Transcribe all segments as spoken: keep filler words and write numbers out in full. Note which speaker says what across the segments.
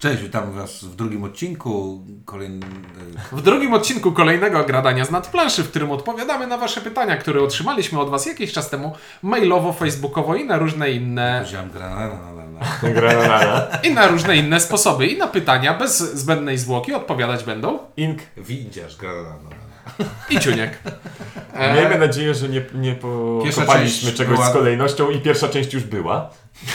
Speaker 1: Cześć, witam Was w drugim odcinku. Kolejny...
Speaker 2: W drugim odcinku kolejnego Gradania z nadplanszy, w którym odpowiadamy na Wasze pytania, które otrzymaliśmy od Was jakiś czas temu mailowo, facebookowo i na różne inne...
Speaker 1: Powiedziałem granana.
Speaker 3: Granana.
Speaker 2: I na różne inne sposoby. I na pytania bez zbędnej zwłoki odpowiadać będą...
Speaker 3: Ink.
Speaker 1: Widzisz, granana.
Speaker 2: I Ciuniek.
Speaker 3: E... Miejmy nadzieję, że nie, nie pokopaliśmy czegoś była... z kolejnością i pierwsza część już była.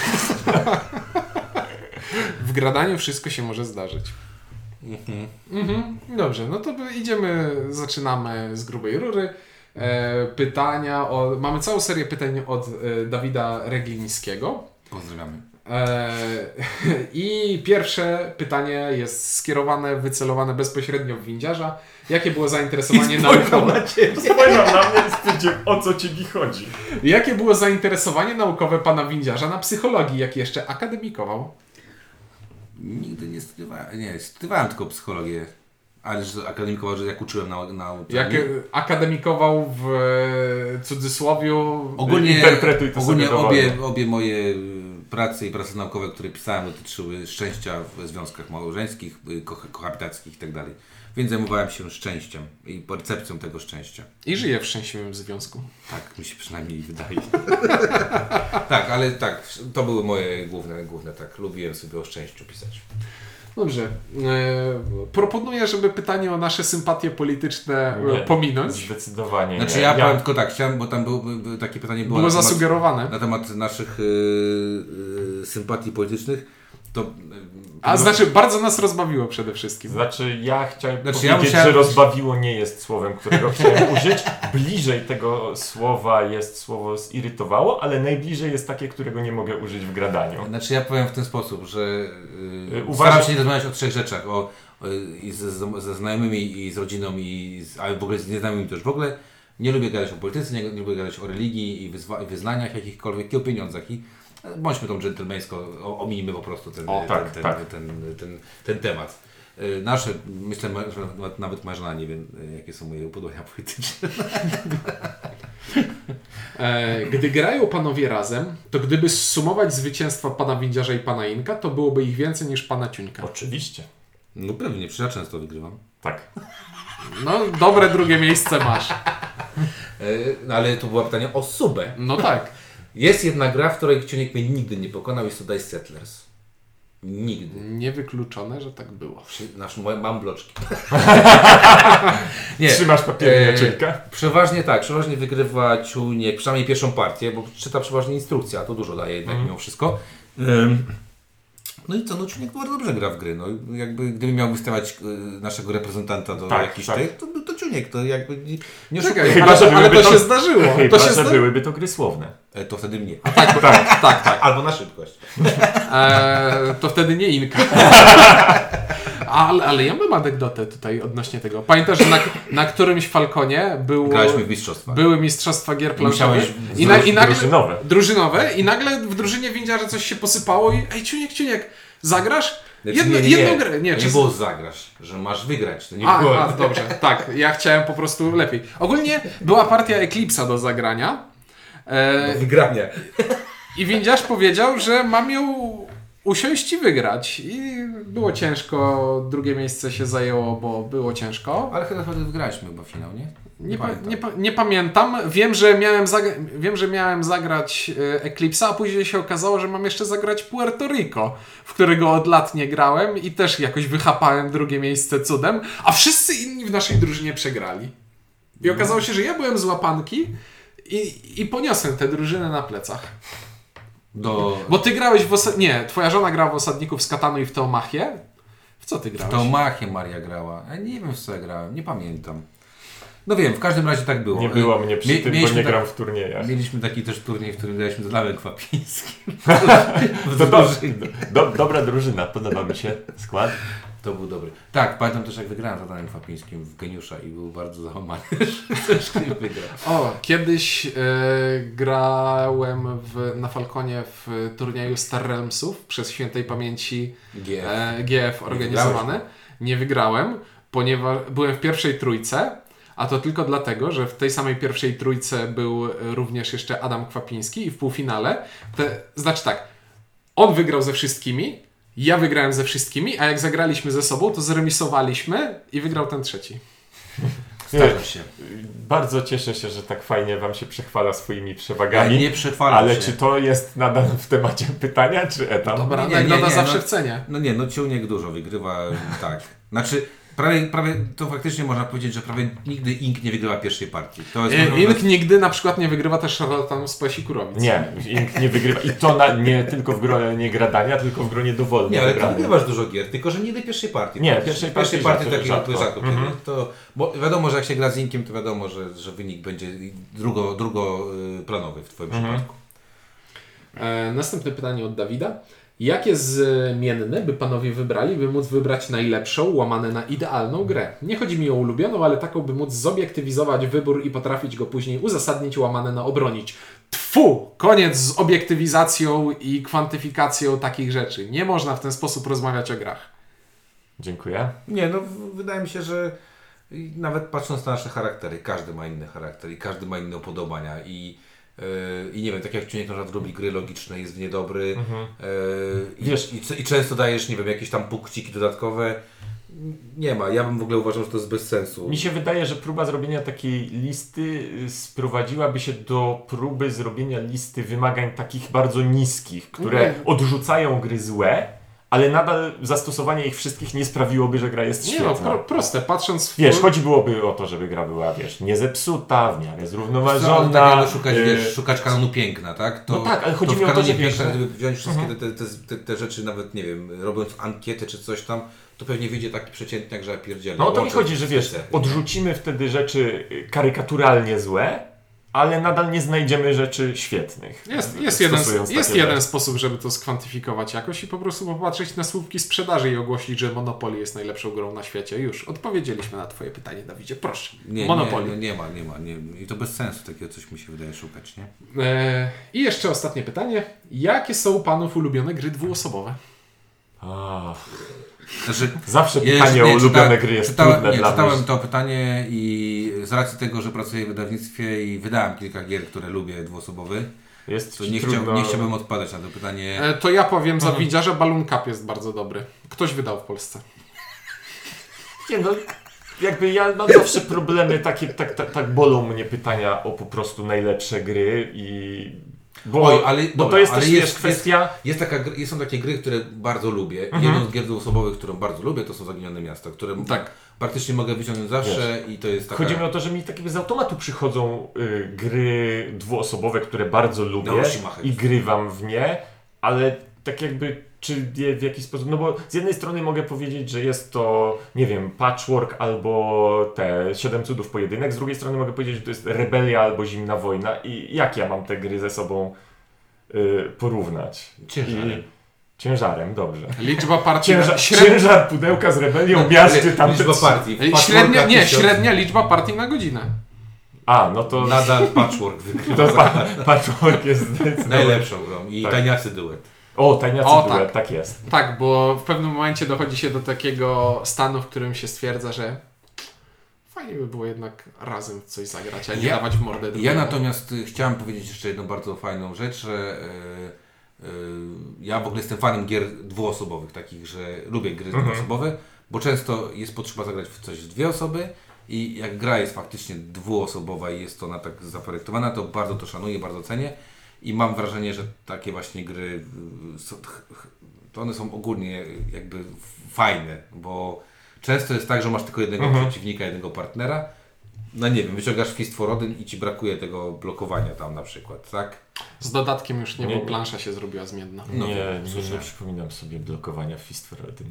Speaker 2: W gradaniu wszystko się może zdarzyć. Mhm. Mhm. Dobrze, no to idziemy, zaczynamy z grubej rury. E, pytania, o, mamy całą serię pytań od e, Dawida Reglińskiego.
Speaker 1: Pozdrawiamy.
Speaker 2: E, I pierwsze pytanie jest skierowane, wycelowane bezpośrednio w windziarza. Jakie było zainteresowanie naukowe?
Speaker 3: Spojrzał na mnie i stwierdził, o co Ci chodzi.
Speaker 2: Jakie było zainteresowanie naukowe pana windziarza na psychologii, jak jeszcze akademikował?
Speaker 1: Nigdy nie studiowałem, nie, studiowałem tylko psychologię, ale że akademikował, że jak uczyłem na, na uczelni.
Speaker 2: Jak akademikował w cudzysłowiu...
Speaker 1: Ogólnie,
Speaker 3: interpretuj to
Speaker 1: ogólnie
Speaker 3: sobie
Speaker 1: obie, obie moje prace i prace naukowe, które pisałem, dotyczyły szczęścia w związkach małżeńskich, ko- kohabitackich i tak dalej. Więc zajmowałem się szczęściem i percepcją tego szczęścia.
Speaker 2: I żyję w szczęśliwym związku.
Speaker 1: Tak, mi się przynajmniej wydaje. Tak, ale tak, to były moje główne, główne, tak, lubiłem sobie o szczęściu pisać.
Speaker 2: Dobrze. E, proponuję, żeby pytanie o nasze sympatie polityczne
Speaker 3: nie,
Speaker 2: pominąć.
Speaker 3: Zdecydowanie
Speaker 1: Znaczy
Speaker 3: nie.
Speaker 1: ja, ja powiem
Speaker 3: ja...
Speaker 1: tylko tak, chciałem, bo tam był, był, takie pytanie było,
Speaker 2: było
Speaker 1: na temat,
Speaker 2: zasugerowane.
Speaker 1: na temat naszych yy, yy, sympatii politycznych. To,
Speaker 2: A to znaczy, bardzo nas rozbawiło przede wszystkim.
Speaker 3: Znaczy, ja chciałem
Speaker 1: znaczy,
Speaker 3: powiedzieć,
Speaker 1: ja musiałem...
Speaker 3: że rozbawiło nie jest słowem, którego chciałem użyć. Bliżej tego słowa jest słowo zirytowało, ale najbliżej jest takie, którego nie mogę użyć w gradaniu.
Speaker 1: Znaczy, ja powiem w ten sposób, że yy,
Speaker 3: Uważam...
Speaker 1: staram się nie rozmawiać o trzech rzeczach. O, o, i ze, ze znajomymi, i z rodziną, i z, ale w ogóle z nieznajomymi też. W ogóle nie lubię gadać o polityce, nie, nie lubię gadać o religii i wyzwa- wyznaniach jakichkolwiek, i o pieniądzach. I bądźmy tą dżentelmeńsko, ominijmy po prostu ten,
Speaker 3: o, tak,
Speaker 1: ten,
Speaker 3: tak.
Speaker 1: ten, ten, ten, ten temat. Nasze, myślę, że nawet moja żona nie wiem, jakie są moje upodobania polityczne.
Speaker 2: Gdy grają panowie razem, to gdyby zsumować zwycięstwa pana windziarza i pana Inka, to byłoby ich więcej niż pana Ciuńka.
Speaker 3: Oczywiście.
Speaker 1: No pewnie, przecież ja często wygrywam.
Speaker 3: Tak.
Speaker 2: No, dobre drugie miejsce masz.
Speaker 1: No ale to było pytanie o subę.
Speaker 2: No tak.
Speaker 1: Jest jedna gra, w której Ciunek mnie nigdy nie pokonał, jest to Dice Settlers. Nigdy.
Speaker 2: Niewykluczone, że tak było.
Speaker 1: Nasz, mam bloczki.
Speaker 3: Nie. Trzymasz papiery na Ciuńka?
Speaker 1: Przeważnie tak, przeważnie wygrywa Ciunek, przynajmniej pierwszą partię, bo czyta przeważnie instrukcja, a to dużo daje jednak mm. mimo wszystko. Um, no i co, no Ciunek bardzo dobrze gra w gry. No, jakby, gdyby miał wystawiać y, naszego reprezentanta do tak, jakichś tak. tych, to, to Ciunek, to jakby nie, nie
Speaker 2: Czekaj, chyba, ale, ale to, to się zdarzyło.
Speaker 3: Chyba,
Speaker 2: to się
Speaker 3: że
Speaker 2: zda...
Speaker 3: byłyby to gry słowne.
Speaker 1: E, to wtedy mnie.
Speaker 2: A tak, tak, tak, tak.
Speaker 1: Albo na szybkość.
Speaker 2: E, to wtedy nie Inka. Ale, ale ja mam anegdotę tutaj odnośnie tego. Pamiętasz, że na, na którymś Falconie było,
Speaker 1: graliśmy w mistrzostwa.
Speaker 2: były mistrzostwa gier planszowych.
Speaker 3: I, na, i nagle, drużynowe.
Speaker 2: drużynowe. I nagle w drużynie windziarza coś się posypało i ej, Ciuniek, Ciuniek, zagrasz?
Speaker 1: Znaczy,
Speaker 2: Jedno,
Speaker 1: nie, nie, nie.
Speaker 2: jedną grę. Nie,
Speaker 1: to
Speaker 2: czy...
Speaker 1: nie było zagrasz, że masz wygrać. To nie
Speaker 2: a,
Speaker 1: było...
Speaker 2: a, dobrze, tak. Ja chciałem po prostu lepiej. Ogólnie była partia Eclipse'a do zagrania.
Speaker 1: E... Do wygrania.
Speaker 2: I windziarz powiedział, że mam ją usiąść i wygrać. I było ciężko, drugie miejsce się zajęło, bo było ciężko.
Speaker 1: Ale chyba wtedy wygraliśmy chyba finał, nie?
Speaker 2: Nie, nie, pa, nie, pa, nie pamiętam. Wiem, że miałem, zagra- wiem, że miałem zagrać e, Eclipse'a, a później się okazało, że mam jeszcze zagrać Puerto Rico, w którego od lat nie grałem i też jakoś wychapałem drugie miejsce cudem, a wszyscy inni w naszej drużynie przegrali. I okazało się, że ja byłem z łapanki i, i poniosłem tę drużynę na plecach. Do... Bo ty grałeś w osad... Nie, twoja żona grała w Osadników z Katanu i w Teomachię? W co ty grałeś?
Speaker 1: W Teomachię Maria grała. Ja nie wiem, w co ja grałem, nie pamiętam. No wiem, w każdym razie tak było.
Speaker 3: Nie było mnie przy
Speaker 1: Mie-
Speaker 3: tym, bo nie tak, gram w turniejach.
Speaker 1: Mieliśmy taki też turniej, w którym graliśmy z Adamem Kwapińskim.
Speaker 3: to do, do, dobra drużyna, podoba mi się skład.
Speaker 1: To był dobry. Tak, pamiętam też jak wygrałem z Adamem Kwapińskim w Geniusza i był bardzo załamany, że też nie wygrał.
Speaker 2: O, kiedyś e, grałem w, na Falconie w turnieju Star Realmsów przez świętej pamięci
Speaker 1: G F,
Speaker 2: e, G F organizowany. Nie, nie wygrałem, ponieważ byłem w pierwszej trójce. A to tylko dlatego, że w tej samej pierwszej trójce był również jeszcze Adam Kwapiński i w półfinale, te, znaczy tak, on wygrał ze wszystkimi, Ja wygrałem ze wszystkimi, a jak zagraliśmy ze sobą, to zremisowaliśmy i wygrał ten trzeci.
Speaker 1: Zdarza się.
Speaker 3: Bardzo cieszę się, że tak fajnie wam się przechwala swoimi
Speaker 1: Ja
Speaker 3: przewagami.
Speaker 1: nie przechwalam
Speaker 3: Ale
Speaker 1: się.
Speaker 3: czy to jest nadal w temacie pytania, czy etap?
Speaker 2: Dobra,
Speaker 1: nie, nie,
Speaker 2: nagroda
Speaker 1: nie,
Speaker 2: zawsze
Speaker 1: no-
Speaker 2: w cenie.
Speaker 1: No nie, no Ciuniek dużo wygrywa, tak. Znaczy, prawie, prawie to faktycznie można powiedzieć, że prawie nigdy Ink nie wygrywa pierwszej partii. To jest
Speaker 2: E,
Speaker 1: naprawdę-
Speaker 2: Ink nigdy na przykład nie wygrywa też szarlatanów z Pasi Kurowic.
Speaker 3: Nie, Ink nie wygrywa. I to na, nie tylko w gronie gradania, tylko w gronie dowolnym.
Speaker 1: Nie, ale ty
Speaker 3: wygranym.
Speaker 1: wygrywasz dużo gier, tylko że nigdy pierwszej partii.
Speaker 3: Nie,
Speaker 1: To
Speaker 3: pierwszej
Speaker 1: pierwszej
Speaker 3: partii
Speaker 1: partii
Speaker 3: rzadko,
Speaker 1: takiej
Speaker 3: rzadko.
Speaker 1: rzadko
Speaker 3: Mhm.
Speaker 1: kiedy, to, bo wiadomo, że jak się gra z Inkiem, to wiadomo, że, że wynik będzie drugo, drugoplanowy w twoim
Speaker 3: Mhm.
Speaker 1: przypadku.
Speaker 2: E, następne pytanie od Dawida. Jakie zmienne by panowie wybrali, by móc wybrać najlepszą, łamane na idealną grę? Nie chodzi mi o ulubioną, ale taką, by móc zobiektywizować wybór i potrafić go później uzasadnić, łamane na obronić. Tfu! Koniec z obiektywizacją i kwantyfikacją takich rzeczy. Nie można w ten sposób rozmawiać o grach.
Speaker 3: Dziękuję.
Speaker 1: Nie, no w- wydaje mi się, że nawet patrząc na nasze charaktery, każdy ma inny charakter i każdy ma inne upodobania i Yy, I nie wiem, tak jak Ciuniek na przykład robi gry logiczne, jest w nie dobry
Speaker 3: Mhm.
Speaker 1: yy, i,
Speaker 3: Wiesz-
Speaker 1: i, i często dajesz, nie wiem, jakieś tam punkciki dodatkowe. Nie ma, ja bym w ogóle uważał, że to jest bez sensu.
Speaker 3: Mi się wydaje, że próba zrobienia takiej listy y, sprowadziłaby się do próby zrobienia listy wymagań takich bardzo niskich, które
Speaker 2: Nie.
Speaker 3: odrzucają gry złe, ale nadal zastosowanie ich wszystkich nie sprawiłoby, że gra jest
Speaker 2: Nie no,
Speaker 3: świetna.
Speaker 2: pro, proste. Patrząc w...
Speaker 3: Wiesz, chodzi byłoby o to, żeby gra była, wiesz, niezepsuta, w miarę
Speaker 1: Co,
Speaker 3: zrównoważona.
Speaker 1: tak jakby szukać,
Speaker 3: y,
Speaker 1: wiesz, szukać kanonu piękna, tak? To,
Speaker 3: No tak, ale chodzi
Speaker 1: to
Speaker 3: mi
Speaker 1: w
Speaker 3: o to,
Speaker 1: kanonie
Speaker 3: że wiesz,
Speaker 1: piękna,
Speaker 3: że-
Speaker 1: gdyby wziąć wszystkie
Speaker 3: Mhm.
Speaker 1: te, te, te, te rzeczy, nawet nie wiem, robiąc ankiety czy coś tam, to pewnie wyjdzie taki przeciętniak, że ja pierdzielę.
Speaker 3: No o to mi
Speaker 1: Łączę
Speaker 3: chodzi, że wiesz,
Speaker 1: cechy.
Speaker 3: odrzucimy wtedy rzeczy y, karykaturalnie złe, ale nadal nie znajdziemy rzeczy świetnych.
Speaker 2: Jest, jest, jeden,
Speaker 3: stosując
Speaker 2: jest
Speaker 3: takie
Speaker 2: jeden
Speaker 3: rzeczy.
Speaker 2: sposób, żeby to skwantyfikować jakoś i po prostu popatrzeć na słupki sprzedaży i ogłosić, że Monopoly jest najlepszą grą na świecie. Już odpowiedzieliśmy na Twoje pytanie, Dawidzie. Proszę.
Speaker 1: Nie,
Speaker 2: Monopoly.
Speaker 1: nie, nie ma, nie ma. Nie, I to bez sensu takiego coś mi się wydaje szukać, nie?
Speaker 2: E, I jeszcze ostatnie pytanie. Jakie są Panów ulubione gry dwuosobowe?
Speaker 3: Ach,
Speaker 1: Znaczy,
Speaker 3: zawsze
Speaker 1: ja
Speaker 3: pytanie
Speaker 1: jeszcze-
Speaker 3: o
Speaker 1: nie,
Speaker 3: ulubione
Speaker 1: czyta-
Speaker 3: gry jest
Speaker 1: czytałem,
Speaker 3: trudne
Speaker 1: nie,
Speaker 3: dla
Speaker 1: czytałem
Speaker 3: mnie.
Speaker 1: to pytanie i z racji tego, że pracuję w wydawnictwie i wydałem kilka gier, które lubię dwuosobowy,
Speaker 3: Jest
Speaker 1: to
Speaker 3: ci
Speaker 1: nie,
Speaker 3: trudno...
Speaker 1: chciał, nie chciałbym odpadać na to pytanie.
Speaker 2: E, to ja powiem za widza, że Balloon Cup jest bardzo dobry. Ktoś wydał w Polsce.
Speaker 3: Nie, no, jakby ja mam zawsze problemy takie, tak, tak, tak bolą mnie pytania o po prostu najlepsze gry i... Bo,
Speaker 1: Oj, ale-
Speaker 3: bo
Speaker 1: dobra,
Speaker 3: to jest
Speaker 1: ale
Speaker 3: też
Speaker 1: jest-
Speaker 3: wiesz, kwestia...
Speaker 1: Jest taka, gr- są takie gry, które bardzo lubię.
Speaker 3: Mhm.
Speaker 1: Jedną z gier dwuosobowych, którą bardzo lubię, to są Zaginione Miasta, które
Speaker 2: Tak.
Speaker 1: praktycznie mogę wyciągnąć zawsze i to jest taka...
Speaker 3: Chodzi mi o to, że mi tak jakby z automatu przychodzą y, gry dwuosobowe, które bardzo lubię
Speaker 1: No, Shimachę.
Speaker 3: i grywam w nie, ale tak jakby czy je w jakiś sposób, no bo z jednej strony mogę powiedzieć, że jest to, nie wiem, Patchwork albo te Siedem Cudów Pojedynek, z drugiej strony mogę powiedzieć, że to jest Rebelia albo Zimna Wojna i jak ja mam te gry ze sobą y, porównać?
Speaker 1: Ciężarem.
Speaker 3: I, ciężarem, dobrze.
Speaker 2: Liczba partii...
Speaker 3: Ciężar,
Speaker 2: średnia,
Speaker 3: ciężar pudełka z Rebelią miażdży tam
Speaker 1: Liczba
Speaker 3: te-
Speaker 1: partii.
Speaker 2: średnia,
Speaker 1: Patchworka
Speaker 2: nie,
Speaker 1: tysiąc.
Speaker 2: średnia liczba partii na godzinę.
Speaker 3: A, no to...
Speaker 1: Nadal Patchwork wygrywa.
Speaker 3: To pa, Patchwork jest zdecydowanie...
Speaker 1: Najlepszą grą i
Speaker 3: Tak.
Speaker 1: Tajniacy duet.
Speaker 3: O, tajniacy
Speaker 2: O,
Speaker 3: duet,
Speaker 2: tak.
Speaker 3: tak jest.
Speaker 2: Tak, bo w pewnym momencie dochodzi się do takiego stanu, w którym się stwierdza, że fajnie by było jednak razem w coś zagrać, a nie
Speaker 1: Ja-
Speaker 2: dawać w mordę
Speaker 1: Ja
Speaker 2: drugiemu.
Speaker 1: natomiast y, chciałem powiedzieć jeszcze jedną bardzo fajną rzecz, że y, y, ja w ogóle jestem fanem gier dwuosobowych, takich, że lubię gry
Speaker 3: Mhm.
Speaker 1: dwuosobowe, bo często jest potrzeba zagrać w coś w dwie osoby i jak gra jest faktycznie dwuosobowa i jest ona tak zaprojektowana, to bardzo to szanuję, bardzo cenię i mam wrażenie, że takie właśnie gry, y, są- ch- ch- to one są ogólnie jakby fajne, bo często jest tak, że masz tylko jednego
Speaker 3: Mhm.
Speaker 1: przeciwnika, jednego partnera. No nie wiem, wyciągasz Fist for Odin i ci brakuje tego blokowania tam na przykład, tak?
Speaker 2: Z dodatkiem już nie,
Speaker 3: Nie,
Speaker 2: bo
Speaker 3: nie.
Speaker 2: plansza się zrobiła zmienna.
Speaker 1: No
Speaker 3: nie,
Speaker 1: wiem,
Speaker 3: nie,
Speaker 1: słyszałem.
Speaker 3: nie przypominam sobie blokowania Fist for Odin.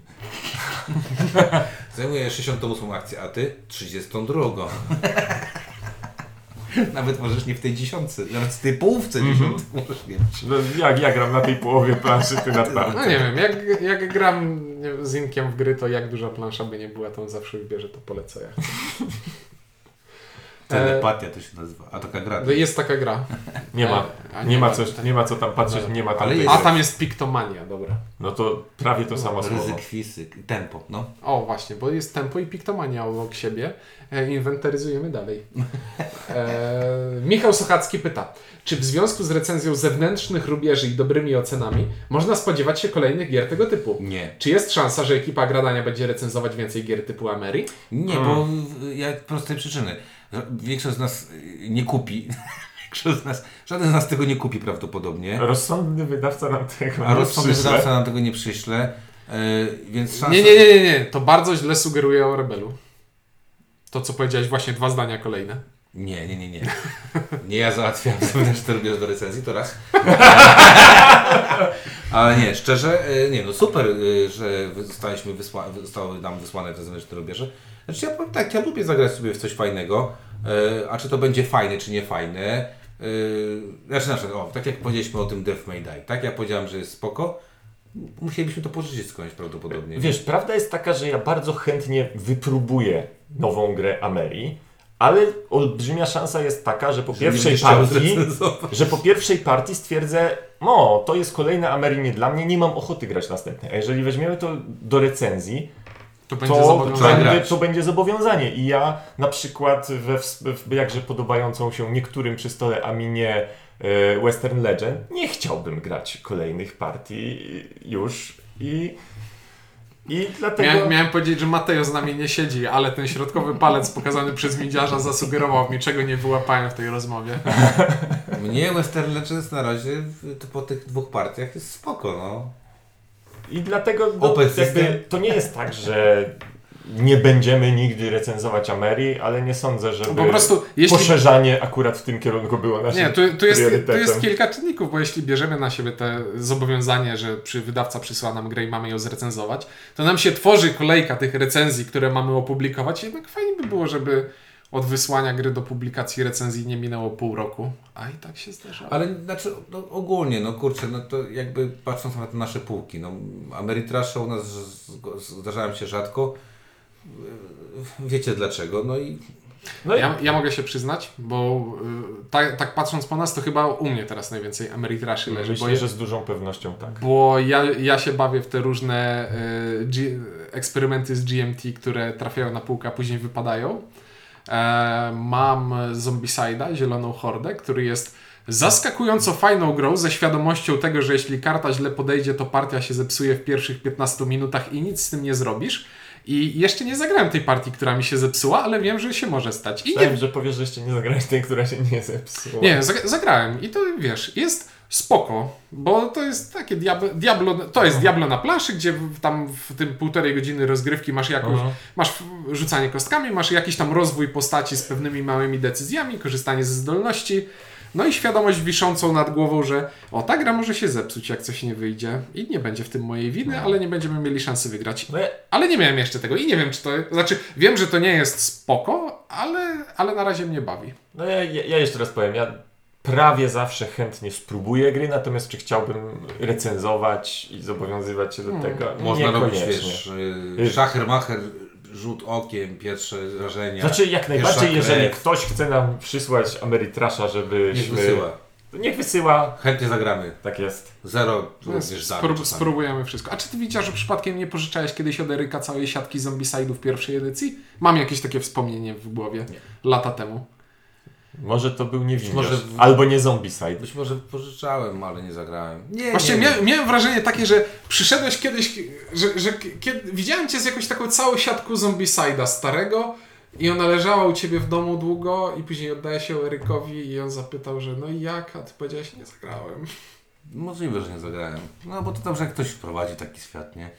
Speaker 1: Zajmuję sześćdziesiątą ósmą akcję, a ty trzydziestą drugą. Nawet możesz nie w tej dziesiątce, nawet w tej połówce dziesiątej możesz nie być.
Speaker 3: No, jak ja gram na tej połowie planszy, ty na tam.
Speaker 2: No nie wiem, jak, jak gram nie wiem, z Inkiem w gry, to jak duża plansza by nie była, to on zawsze wybierze to pole, co ja chcę.
Speaker 1: Telepatia to się nazywa, a taka gra.
Speaker 2: No jest taka gra.
Speaker 3: Nie ma.
Speaker 2: A
Speaker 3: Nie ma, coś, nie ma co tam patrzeć, nie ma tam
Speaker 1: Ale
Speaker 3: tej-
Speaker 1: jest.
Speaker 2: A tam jest piktomania, dobra.
Speaker 3: No to prawie to samo słowo.
Speaker 1: Ryzykwisy, tempo, no.
Speaker 2: O właśnie, bo jest tempo i piktomania obok siebie. E, inwentaryzujemy dalej. E, Michał Sochacki pyta, czy w związku z recenzją zewnętrznych rubieży i dobrymi ocenami można spodziewać się kolejnych gier tego typu?
Speaker 1: Nie.
Speaker 2: Czy jest szansa, że ekipa Gradania będzie recenzować więcej gier typu Ameri?
Speaker 1: Nie,
Speaker 3: Hmm.
Speaker 1: bo w- ja prostej przyczyny. Większość z nas y, nie kupi. Większość z nas, żaden z nas tego nie kupi prawdopodobnie.
Speaker 3: Rozsądny wydawca nam tego
Speaker 1: A
Speaker 3: nie
Speaker 1: rozsądny
Speaker 3: przyśle.
Speaker 1: wydawca nam tego nie przyśle. Yy, więc szansa...
Speaker 2: Nie, nie, nie, nie, nie, to bardzo źle sugeruje o Rebelu. To, co powiedziałeś, właśnie dwa zdania kolejne.
Speaker 1: Nie, nie, nie, nie. Nie ja załatwiam zewnętrzne rubieże do recenzji, to raz. Ale nie, szczerze, y, nie no super, y, że zostaliśmy wysła, zostały nam wysłane te zewnętrzne rubieże. Znaczy ja powiem tak, ja lubię zagrać sobie w coś fajnego, y, a czy to będzie fajne, czy nie fajne. Y, znaczy, znaczy, o, tak jak powiedzieliśmy o tym Death May Die, tak? Ja powiedziałem, że jest spoko. Musielibyśmy to pożyczyć skądś prawdopodobnie.
Speaker 3: Wiesz, prawda jest taka, że ja bardzo chętnie wypróbuję nową grę Ameri, ale olbrzymia szansa jest taka, że po
Speaker 1: Że
Speaker 3: pierwszej
Speaker 1: nie będziesz
Speaker 3: partii,
Speaker 1: chciał zrecenzować.
Speaker 3: że po pierwszej partii stwierdzę, no, to jest kolejna Ameri nie dla mnie, nie mam ochoty grać następnej. A jeżeli weźmiemy to do recenzji,
Speaker 2: To będzie
Speaker 3: to,
Speaker 2: zobowiązanie.
Speaker 3: będzie,
Speaker 1: grać.
Speaker 3: to będzie zobowiązanie. I ja na przykład we, ws- w jakże podobającą się niektórym przy stole Aminie e, Western Legend nie chciałbym grać kolejnych partii już i, i dlatego...
Speaker 2: Miałem, miałem powiedzieć, że Mateo z nami nie siedzi, ale ten środkowy palec pokazany przez Midziarza zasugerował mi, czego nie wyłapałem w tej rozmowie.
Speaker 1: Mnie Western Legends na razie w- to po tych dwóch partiach jest spoko, no.
Speaker 3: I dlatego no,
Speaker 1: Open
Speaker 3: jakby,
Speaker 1: system.
Speaker 3: to nie jest tak, że nie będziemy nigdy recenzować Ameri, ale nie sądzę, żeby
Speaker 2: Po prostu, jeśli...
Speaker 3: poszerzanie akurat w tym kierunku było naszym
Speaker 2: Nie, tu, tu, jest, tu
Speaker 3: priorytetem.
Speaker 2: jest kilka czynników, bo jeśli bierzemy na siebie te zobowiązanie, że przy wydawca przysła nam grę i mamy ją zrecenzować, to nam się tworzy kolejka tych recenzji, które mamy opublikować. Jednak fajnie by było, żeby od wysłania gry do publikacji recenzji nie minęło pół roku. A i tak się zdarzało.
Speaker 1: Ale znaczy, no, ogólnie, no kurczę, no to jakby patrząc na te nasze półki, no Ameritrasze u nas z- z- zdarzają się rzadko. Wiecie dlaczego, no i
Speaker 3: No i
Speaker 2: Ja, ja mogę się przyznać, bo y, tak, tak patrząc po nas, to chyba u mnie teraz najwięcej Ameritraszy leży.
Speaker 3: myślę,
Speaker 2: bo je-
Speaker 3: że z dużą pewnością tak.
Speaker 2: Bo ja, ja się bawię w te różne y, G, eksperymenty z G M T, które trafiają na półkę, a później wypadają. E, mam Zombicide'a, Zieloną Hordę, który jest zaskakująco fajną grą, ze świadomością tego, że jeśli karta źle podejdzie, to partia się zepsuje w pierwszych piętnastu minutach i nic z tym nie zrobisz. I jeszcze nie zagrałem tej partii, która mi się zepsuła, ale wiem, że się może stać. I nie,
Speaker 3: Myślałem, że powiesz, że jeszcze nie zagrałeś tej, która się nie zepsuła.
Speaker 2: nie, zag- zagrałem i to wiesz, jest spoko, bo to jest takie Diablo, Diablo to jest Diablo na planszy, gdzie w, tam w tym półtorej godziny rozgrywki masz jakąś,
Speaker 3: Mhm.
Speaker 2: masz rzucanie kostkami, masz jakiś tam rozwój postaci z pewnymi małymi decyzjami, korzystanie ze zdolności, no i świadomość wiszącą nad głową, że o, ta gra może się zepsuć, jak coś nie wyjdzie i nie będzie w tym mojej winy, ale nie będziemy mieli szansy wygrać.
Speaker 3: No ja,
Speaker 2: Ale nie miałem jeszcze tego i nie wiem, czy to, znaczy wiem, że to nie jest spoko, ale, ale na razie mnie bawi.
Speaker 3: no ja, ja ja jeszcze raz powiem, ja prawie zawsze chętnie spróbuję gry, natomiast czy chciałbym recenzować i zobowiązywać się do
Speaker 2: Hmm.
Speaker 3: tego?
Speaker 1: można robić,
Speaker 3: Niekoniecznie.
Speaker 1: wiesz, yy, szacher-macher, rzut okiem, pierwsze wrażenia.
Speaker 3: Znaczy jak najbardziej,
Speaker 1: pierwsza
Speaker 3: jeżeli
Speaker 1: krew.
Speaker 3: ktoś chce nam przysłać Ameritrasza,
Speaker 1: Niech
Speaker 3: żebyśmy...
Speaker 1: wysyła.
Speaker 3: To niech wysyła.
Speaker 1: Chętnie zagramy.
Speaker 3: Tak jest.
Speaker 1: Zero
Speaker 2: No,
Speaker 1: również damy
Speaker 2: spró-
Speaker 1: czasami.
Speaker 2: spróbujemy wszystko. A czy ty widziałeś, że przypadkiem nie pożyczałeś kiedyś od Eryka całej siatki Zombicide'ów pierwszej edycji? Mam jakieś takie wspomnienie w głowie.
Speaker 1: Nie.
Speaker 2: Lata temu.
Speaker 3: Może to był nie
Speaker 1: może-
Speaker 3: Albo nie Zombicide.
Speaker 1: Być może pożyczałem, ale nie zagrałem. Nie,
Speaker 2: Właśnie
Speaker 1: nie,
Speaker 2: mia- miałem wrażenie takie, że przyszedłeś kiedyś, że, że kiedy widziałem cię z jakąś taką całą siatką Zombicide'a starego i ona leżała u ciebie w domu długo i później oddałeś ją Erykowi i on zapytał, że no i jak? A ty powiedziałeś, nie zagrałem.
Speaker 1: Możliwe, że nie zagrałem. No bo to dobrze, jak ktoś wprowadzi taki świat, nie?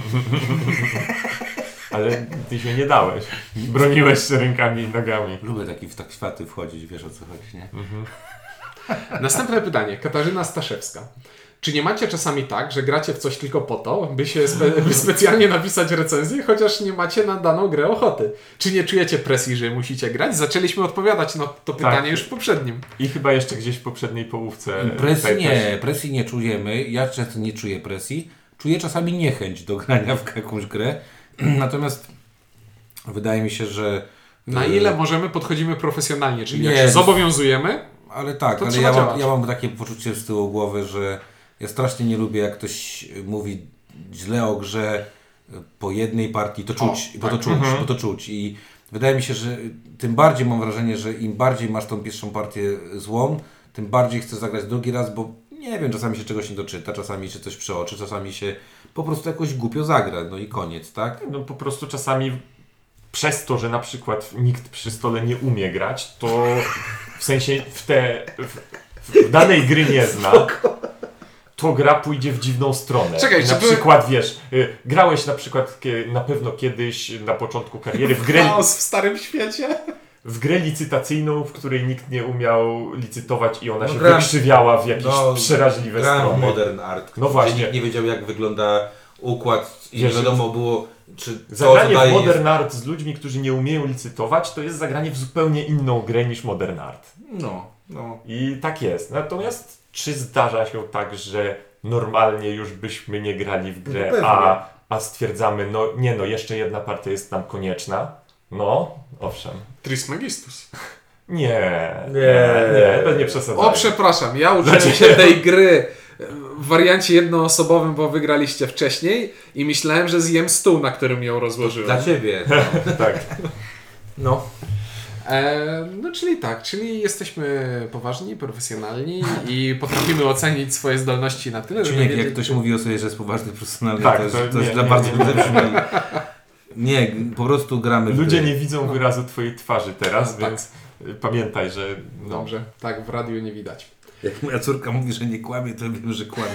Speaker 3: Ale ty się nie dałeś. Broniłeś się rękami i nogami.
Speaker 1: Lubię taki, w tak światy wchodzić, wiesz o co chodzi, nie?
Speaker 2: Następne pytanie. Katarzyna Staszewska. Czy nie macie czasami tak, że gracie w coś tylko po to, by się spe- by specjalnie napisać recenzję, chociaż nie macie na daną grę ochoty? Czy nie czujecie presji, że musicie grać? Zaczęliśmy odpowiadać na to pytanie
Speaker 3: Tak.
Speaker 2: już w poprzednim.
Speaker 3: I chyba jeszcze gdzieś w poprzedniej połówce.
Speaker 1: Presji
Speaker 3: tutaj
Speaker 1: nie,
Speaker 3: też.
Speaker 1: presji nie czujemy. Ja często nie czuję presji. Czuję czasami niechęć do grania w jakąś grę. Natomiast wydaje mi się, że
Speaker 2: Na ile możemy, podchodzimy profesjonalnie, czyli
Speaker 1: Nie,
Speaker 2: jak się
Speaker 1: to-
Speaker 2: zobowiązujemy,
Speaker 1: Ale tak,
Speaker 2: To
Speaker 1: ale
Speaker 2: trzeba
Speaker 1: ja mam,
Speaker 2: działać.
Speaker 1: ja mam takie poczucie z tyłu głowy, że ja strasznie nie lubię, jak ktoś mówi źle o grze po jednej partii, to czuć,
Speaker 2: O,
Speaker 1: bo
Speaker 2: tak.
Speaker 1: to czuć, bo to czuć. I wydaje mi się, że tym bardziej mam wrażenie, że im bardziej masz tą pierwszą partię złą, tym bardziej chcesz zagrać drugi raz, bo nie wiem, czasami się czegoś nie doczyta, czasami się coś przeoczy, czasami się po prostu jakoś głupio zagra, no i koniec, tak?
Speaker 3: No po prostu czasami przez to, że na przykład nikt przy stole nie umie grać, to w sensie w te w, w danej gry nie zna, to gra pójdzie w dziwną stronę.
Speaker 2: Czekaj,
Speaker 3: na
Speaker 2: żeby-
Speaker 3: przykład wiesz, y, grałeś na przykład kie- na pewno kiedyś na początku kariery w grę,
Speaker 2: chaos w starym świecie.
Speaker 3: w grę licytacyjną, w której nikt nie umiał licytować i ona
Speaker 1: No
Speaker 3: się
Speaker 1: grałem-
Speaker 3: wykrzywiała w jakieś
Speaker 1: No,
Speaker 3: przeraźliwe
Speaker 1: grałem w
Speaker 3: strony.
Speaker 1: Modern Art,
Speaker 3: No
Speaker 1: gdzie
Speaker 3: właśnie.
Speaker 1: nikt nie wiedział, jak wygląda układ i nie
Speaker 3: Wiesz,
Speaker 1: wiadomo było, czy to, co
Speaker 3: Zagranie w
Speaker 1: daje
Speaker 3: Modern Art z ludźmi, którzy nie umieją licytować, to jest zagranie w zupełnie inną grę niż Modern Art.
Speaker 1: No, no.
Speaker 3: I tak jest. Natomiast czy zdarza się tak, że normalnie już byśmy nie grali w
Speaker 1: No
Speaker 3: grę,
Speaker 1: pewnie.
Speaker 3: a, a stwierdzamy, no nie no, jeszcze jedna partia jest nam konieczna? No, owszem.
Speaker 2: Trismegistus.
Speaker 3: Nie,
Speaker 1: Nie.
Speaker 3: nie, to nie przesadzaj.
Speaker 2: O, przepraszam, ja uczyłem się tej gry w wariancie jednoosobowym, bo wygraliście wcześniej i myślałem, że zjem stół, na którym ją rozłożyłem.
Speaker 1: Dla Ciebie.
Speaker 3: Tak.
Speaker 1: No.
Speaker 2: E, no czyli tak, czyli jesteśmy poważni, profesjonalni i potrafimy ocenić swoje zdolności na tyle, żeby
Speaker 1: Czuniek,
Speaker 2: wiedzieć...
Speaker 1: jak ktoś mówi o sobie, że jest poważny, profesjonalny,
Speaker 3: Tak,
Speaker 1: to jest,
Speaker 3: to
Speaker 1: to jest
Speaker 3: nie,
Speaker 1: dla
Speaker 3: nie,
Speaker 1: bardzo
Speaker 3: nie, nie.
Speaker 1: źle brzmi. Nie, po prostu gramy w
Speaker 3: Ludzie
Speaker 1: gry.
Speaker 3: nie widzą wyrazu twojej twarzy teraz,
Speaker 2: No, tak.
Speaker 3: więc y, pamiętaj, że no,
Speaker 2: Dobrze, tak, w radiu nie widać.
Speaker 1: Jak moja córka mówi, że nie kłamie, to wiem, że kłamie.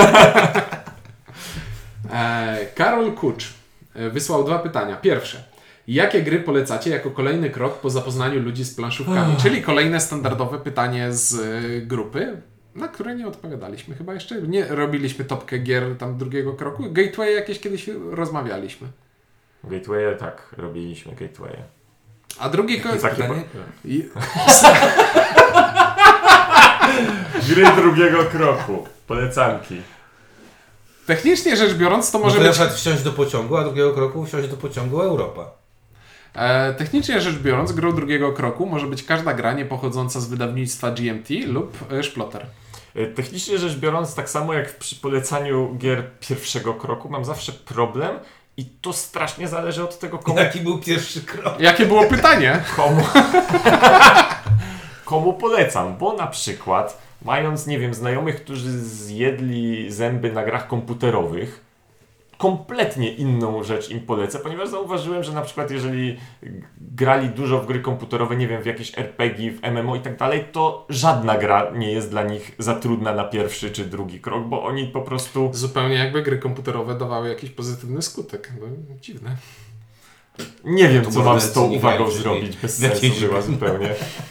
Speaker 2: E, Karol Kucz e, wysłał dwa pytania. Pierwsze. Jakie gry polecacie jako kolejny krok po zapoznaniu ludzi z planszówkami? Czyli kolejne standardowe pytanie z e, grupy, na które nie odpowiadaliśmy chyba jeszcze. Nie robiliśmy topkę gier tam drugiego kroku. Gateway jakieś kiedyś rozmawialiśmy.
Speaker 3: Gateway, tak, robiliśmy Gateway.
Speaker 2: A drugi krok...
Speaker 3: Takie
Speaker 1: pytanie?
Speaker 3: po-
Speaker 2: I-
Speaker 3: Gry drugiego kroku. Polecanki.
Speaker 2: Technicznie rzecz biorąc to może
Speaker 1: Może na
Speaker 2: być...
Speaker 1: przykład wsiąść do pociągu, a drugiego kroku wsiąść do pociągu Europa.
Speaker 2: E, technicznie rzecz biorąc, grą drugiego kroku może być każda gra nie pochodząca z wydawnictwa G M T lub e, Szplotter.
Speaker 3: Y, Technicznie rzecz biorąc, tak samo jak przy polecaniu gier pierwszego kroku, mam zawsze problem i to strasznie zależy od tego, komu,
Speaker 1: Jaki był pierwszy krok?
Speaker 2: Jakie było pytanie?
Speaker 3: komu, komu polecam, bo na przykład mając, nie wiem, znajomych, którzy zjedli zęby na grach komputerowych, kompletnie inną rzecz im polecę, ponieważ zauważyłem, że na przykład jeżeli grali dużo w gry komputerowe, nie wiem, w jakieś R P G, w M M O i tak dalej, to żadna gra nie jest dla nich za trudna na pierwszy czy drugi krok, bo oni po prostu...
Speaker 2: Zupełnie jakby gry komputerowe dawały jakiś pozytywny skutek. No, dziwne.
Speaker 3: Nie wiem,
Speaker 1: To
Speaker 3: co
Speaker 1: może
Speaker 3: mam z tą
Speaker 1: decyzji
Speaker 3: uwagą
Speaker 1: grali
Speaker 3: zrobić, bez
Speaker 1: w jakiejś
Speaker 3: sensu była
Speaker 1: grze.
Speaker 3: zupełnie.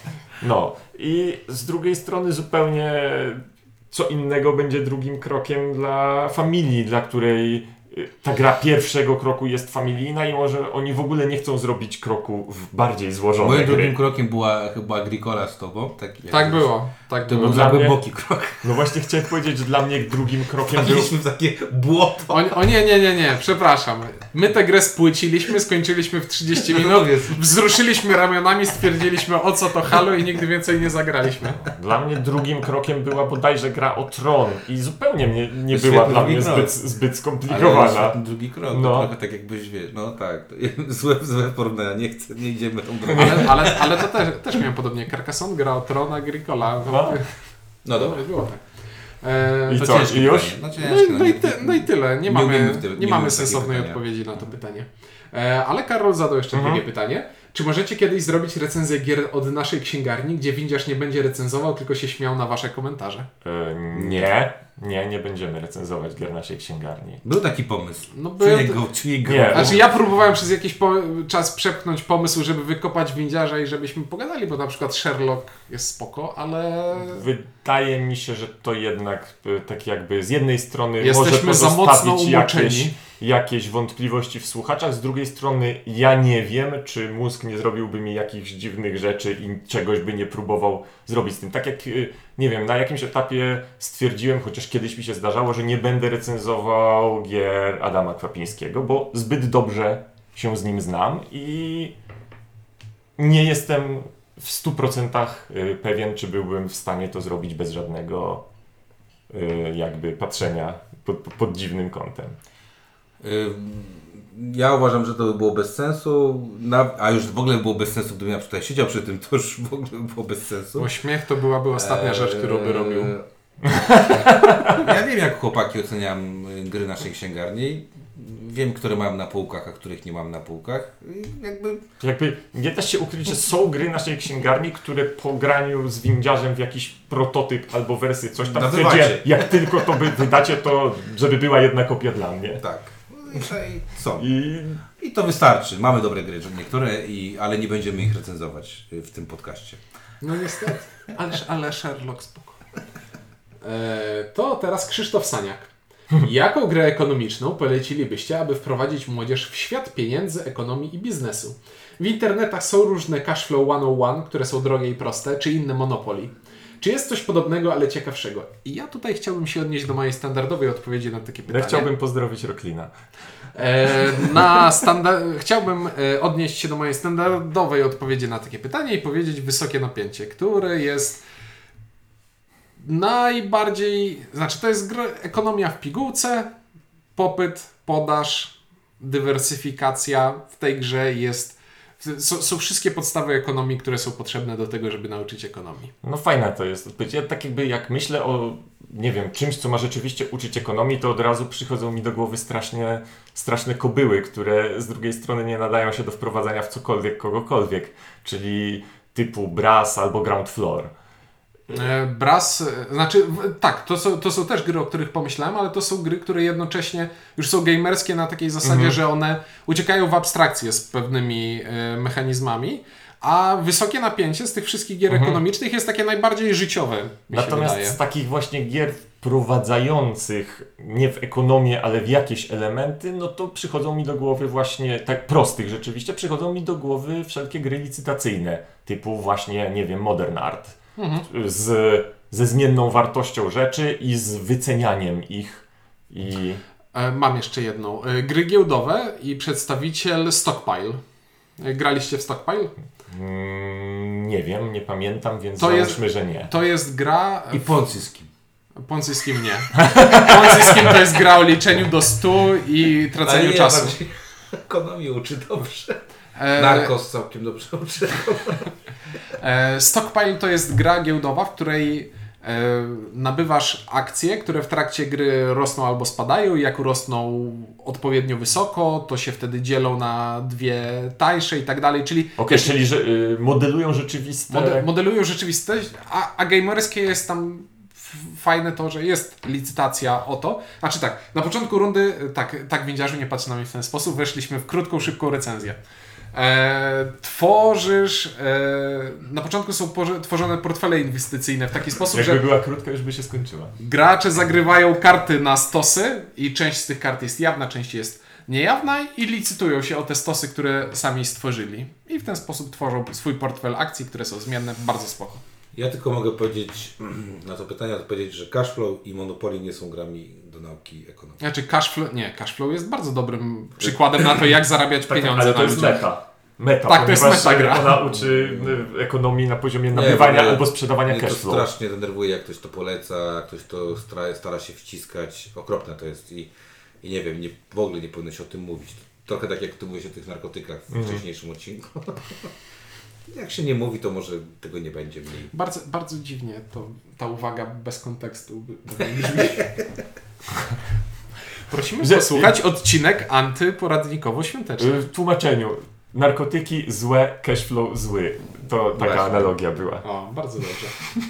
Speaker 3: No i z drugiej strony zupełnie co innego będzie drugim krokiem dla familii, dla której y, ta gra pierwszego kroku jest familijna i może oni w ogóle nie chcą zrobić kroku w bardziej złożone
Speaker 1: Moim
Speaker 3: gry.
Speaker 1: drugim krokiem była chyba Agricola z tobą. Tak, jak
Speaker 2: Tak
Speaker 1: wiesz.
Speaker 2: było. Tak
Speaker 1: To
Speaker 2: było.
Speaker 1: był
Speaker 3: Dla
Speaker 1: za
Speaker 3: mnie-
Speaker 1: głęboki krok.
Speaker 3: No właśnie chciałem powiedzieć, że dla mnie drugim krokiem był...
Speaker 1: Wpadliśmy w takie błoto.
Speaker 2: O, o nie, nie, nie, nie, przepraszam. My tę grę spłyciliśmy, skończyliśmy w trzydzieści minut, wzruszyliśmy ramionami, stwierdziliśmy o co to halo i nigdy więcej nie zagraliśmy.
Speaker 3: Dla mnie drugim krokiem była bodajże gra o Tron i zupełnie nie, nie
Speaker 1: To
Speaker 3: była
Speaker 1: świetny
Speaker 3: dla
Speaker 1: drugi
Speaker 3: mnie
Speaker 1: krok.
Speaker 3: zbyt, zbyt
Speaker 1: Ale
Speaker 3: skomplikowana.
Speaker 1: świetny drugi krok.
Speaker 3: No.
Speaker 1: No. Trochę tak jakbyś wiesz, no tak. To złe, złe porównania, nie chcę, nie idziemy tą drogą.
Speaker 2: Ale, ale, ale to też, też miałem podobnie. Carcassonne gra o Tron, Agricola.
Speaker 3: No.
Speaker 1: No dobra.
Speaker 2: Było tak. E,
Speaker 3: I
Speaker 1: To
Speaker 3: co,
Speaker 1: ciężkie
Speaker 3: i już?
Speaker 1: pytanie. No,
Speaker 2: No,
Speaker 1: ciężkie,
Speaker 2: i- no, i
Speaker 1: nie-
Speaker 2: ty, no i tyle. Nie,
Speaker 1: nie
Speaker 2: mamy,
Speaker 1: umiemy w tyle-
Speaker 2: nie
Speaker 1: nie
Speaker 2: mamy
Speaker 1: umiemy w takie
Speaker 2: sensownej
Speaker 1: pytania.
Speaker 2: odpowiedzi na to pytanie. E, ale Karol zadał jeszcze
Speaker 3: Mhm.
Speaker 2: drugie pytanie. Czy możecie kiedyś zrobić recenzję gier od naszej księgarni, gdzie windziarz nie będzie recenzował, tylko się śmiał na wasze komentarze?
Speaker 3: E, nie, nie, nie będziemy recenzować gier naszej księgarni.
Speaker 1: Był taki pomysł.
Speaker 2: No bo
Speaker 1: Czujnik
Speaker 2: ja-
Speaker 1: go, czujnik go.
Speaker 3: Nie.
Speaker 2: Znaczy ja próbowałem przez jakiś po- czas przepchnąć pomysł, żeby wykopać windziarza i żebyśmy pogadali, bo na przykład Sherlock jest spoko, ale
Speaker 3: Wydaje mi się, że to jednak e, tak jakby z jednej strony
Speaker 2: jesteśmy
Speaker 3: może
Speaker 2: za mocno
Speaker 3: pozostawić
Speaker 2: umoczeni.
Speaker 3: jakieś, jakieś wątpliwości w słuchaczach, z drugiej strony ja nie wiem, czy mózg nie zrobiłby mi jakichś dziwnych rzeczy i czegoś by nie próbował zrobić z tym. Tak jak, e, nie wiem, na jakimś etapie stwierdziłem, chociaż kiedyś mi się zdarzało, że nie będę recenzował gier Adama Kwapińskiego, bo zbyt dobrze się z nim znam i nie jestem w stu procentach pewien, czy byłbym w stanie to zrobić bez żadnego jakby patrzenia pod, pod dziwnym kątem.
Speaker 1: Ja uważam, że to by było bez sensu, a już w ogóle by było bez sensu, gdybym ja tutaj siedział przy tym, to już w ogóle by było bez sensu.
Speaker 2: Bo śmiech to byłaby ostatnia rzecz, którą by robił.
Speaker 1: Ja wiem, jak chłopaki oceniam gry naszej księgarni. Wiem, które mam na półkach, a których nie mam na półkach. I jakby...
Speaker 3: jakby nie da się ukryć, że są gry naszej księgarni, które po graniu z windziarzem w jakiś prototyp albo wersję coś tam stwierdziłem, jak tylko to wy wydacie, to żeby była jedna kopia dla mnie.
Speaker 1: Tak. I są.
Speaker 3: I...
Speaker 1: I to wystarczy. Mamy dobre gry, niektóre, i, ale nie będziemy ich recenzować w tym podcaście.
Speaker 2: No niestety. Ale, ale Sherlock spoko. E, to teraz Krzysztof Saniak. Jaką grę ekonomiczną polecilibyście, aby wprowadzić młodzież w świat pieniędzy, ekonomii i biznesu? W internetach są różne Cashflow sto jeden, które są drogie i proste, czy inne Monopoly. Czy jest coś podobnego, ale ciekawszego? I ja tutaj chciałbym się odnieść do mojej standardowej odpowiedzi na takie pytanie.
Speaker 3: Ja chciałbym pozdrowić Rocklina.
Speaker 2: E, na standa- chciałbym e, odnieść się do mojej standardowej odpowiedzi na takie pytanie i powiedzieć wysokie napięcie, które jest najbardziej, znaczy to jest gra, ekonomia w pigułce, popyt, podaż, dywersyfikacja. W tej grze jest są, są wszystkie podstawy ekonomii, które są potrzebne do tego, żeby nauczyć ekonomii.
Speaker 3: No fajna to jest odpowiedź. Ja tak jakby jak myślę o, nie wiem, czymś, co ma rzeczywiście uczyć ekonomii, to od razu przychodzą mi do głowy strasznie, straszne kobyły, które z drugiej strony nie nadają się do wprowadzania w cokolwiek, kogokolwiek, czyli typu Brass albo Ground Floor.
Speaker 2: Brass, znaczy tak, to są, to są też gry, o których pomyślałem, ale to są gry, które jednocześnie już są gamerskie na takiej zasadzie, mhm. że one uciekają w abstrakcję z pewnymi e, mechanizmami, a wysokie napięcie z tych wszystkich gier mhm. ekonomicznych jest takie najbardziej życiowe, mi
Speaker 3: Natomiast
Speaker 2: się wydaje.
Speaker 3: z takich właśnie gier wprowadzających nie w ekonomię, ale w jakieś elementy, no to przychodzą mi do głowy właśnie, tak prostych rzeczywiście, przychodzą mi do głowy wszelkie gry licytacyjne, typu właśnie, nie wiem, Modern Art. Mhm. Z, ze zmienną wartością rzeczy i z wycenianiem ich. I...
Speaker 2: E, mam jeszcze jedną. E, gry giełdowe i przedstawiciel Stockpile. E, graliście w Stockpile?
Speaker 3: Mm, nie wiem, nie pamiętam, więc
Speaker 2: to
Speaker 3: załóżmy,
Speaker 2: jest,
Speaker 3: że nie.
Speaker 2: To jest gra...
Speaker 1: I Ponzi Scheme.
Speaker 2: Ponzi Scheme nie. Ponzi Scheme to jest gra o liczeniu do stu i traceniu
Speaker 1: nie,
Speaker 2: czasu.
Speaker 1: Ekonomię uczy dobrze.
Speaker 2: E...
Speaker 1: Narcos całkiem dobrze uczy.
Speaker 2: E, Stockpile to jest gra giełdowa, w której e, nabywasz akcje, które w trakcie gry rosną albo spadają. Jak rosną odpowiednio wysoko, to się wtedy dzielą na dwie tańsze i tak dalej. Czyli,
Speaker 3: okay, czyli że, y, modelują rzeczywiste...
Speaker 2: Mode, modelują rzeczywistość, a, a gamerskie jest tam fajne to, że jest licytacja o to. Znaczy tak, na początku rundy, tak, tak windziarzu, nie patrz na mnie w ten sposób, weszliśmy w krótką, szybką recenzję. E, tworzysz, e, na początku są porze, tworzone portfele inwestycyjne w taki sposób,
Speaker 3: Jakby
Speaker 2: że
Speaker 3: była krótka, już by się skończyła.
Speaker 2: Gracze zagrywają karty na stosy i część z tych kart jest jawna, część jest niejawna i licytują się o te stosy, które sami stworzyli. I w ten sposób tworzą swój portfel akcji, które są zmienne. Bardzo spoko.
Speaker 1: Ja tylko mogę powiedzieć na to pytanie, odpowiedzieć, że Cashflow i Monopoly nie są grami do nauki ekonomii.
Speaker 2: Znaczy Cashflow, nie, Cashflow jest bardzo dobrym przykładem na to, jak zarabiać
Speaker 3: tak,
Speaker 2: pieniądze.
Speaker 3: Ale to
Speaker 2: na
Speaker 3: jest
Speaker 2: ludziach.
Speaker 3: meta. Meta,
Speaker 2: tak, to jest meta gra.
Speaker 3: Ona uczy ekonomii na poziomie nabywania
Speaker 1: nie,
Speaker 3: albo sprzedawania
Speaker 1: mnie
Speaker 3: cashflow.
Speaker 1: to strasznie denerwuje, jak ktoś to poleca, jak ktoś to stara, stara się wciskać. Okropne to jest i, i nie wiem, nie, w ogóle nie powinno się o tym mówić. Trochę tak jak ty mówisz o tych narkotykach w mm. wcześniejszym odcinku. Jak się nie mówi, to może tego nie będzie mniej.
Speaker 2: Bardzo, bardzo dziwnie to, ta uwaga bez kontekstu brzmi. Prosimy że... posłuchać odcinek antyporadnikowo-świąteczny.
Speaker 3: W tłumaczeniu. Narkotyki złe, cashflow zły. To taka Właśnie. analogia była.
Speaker 2: O, bardzo dobrze.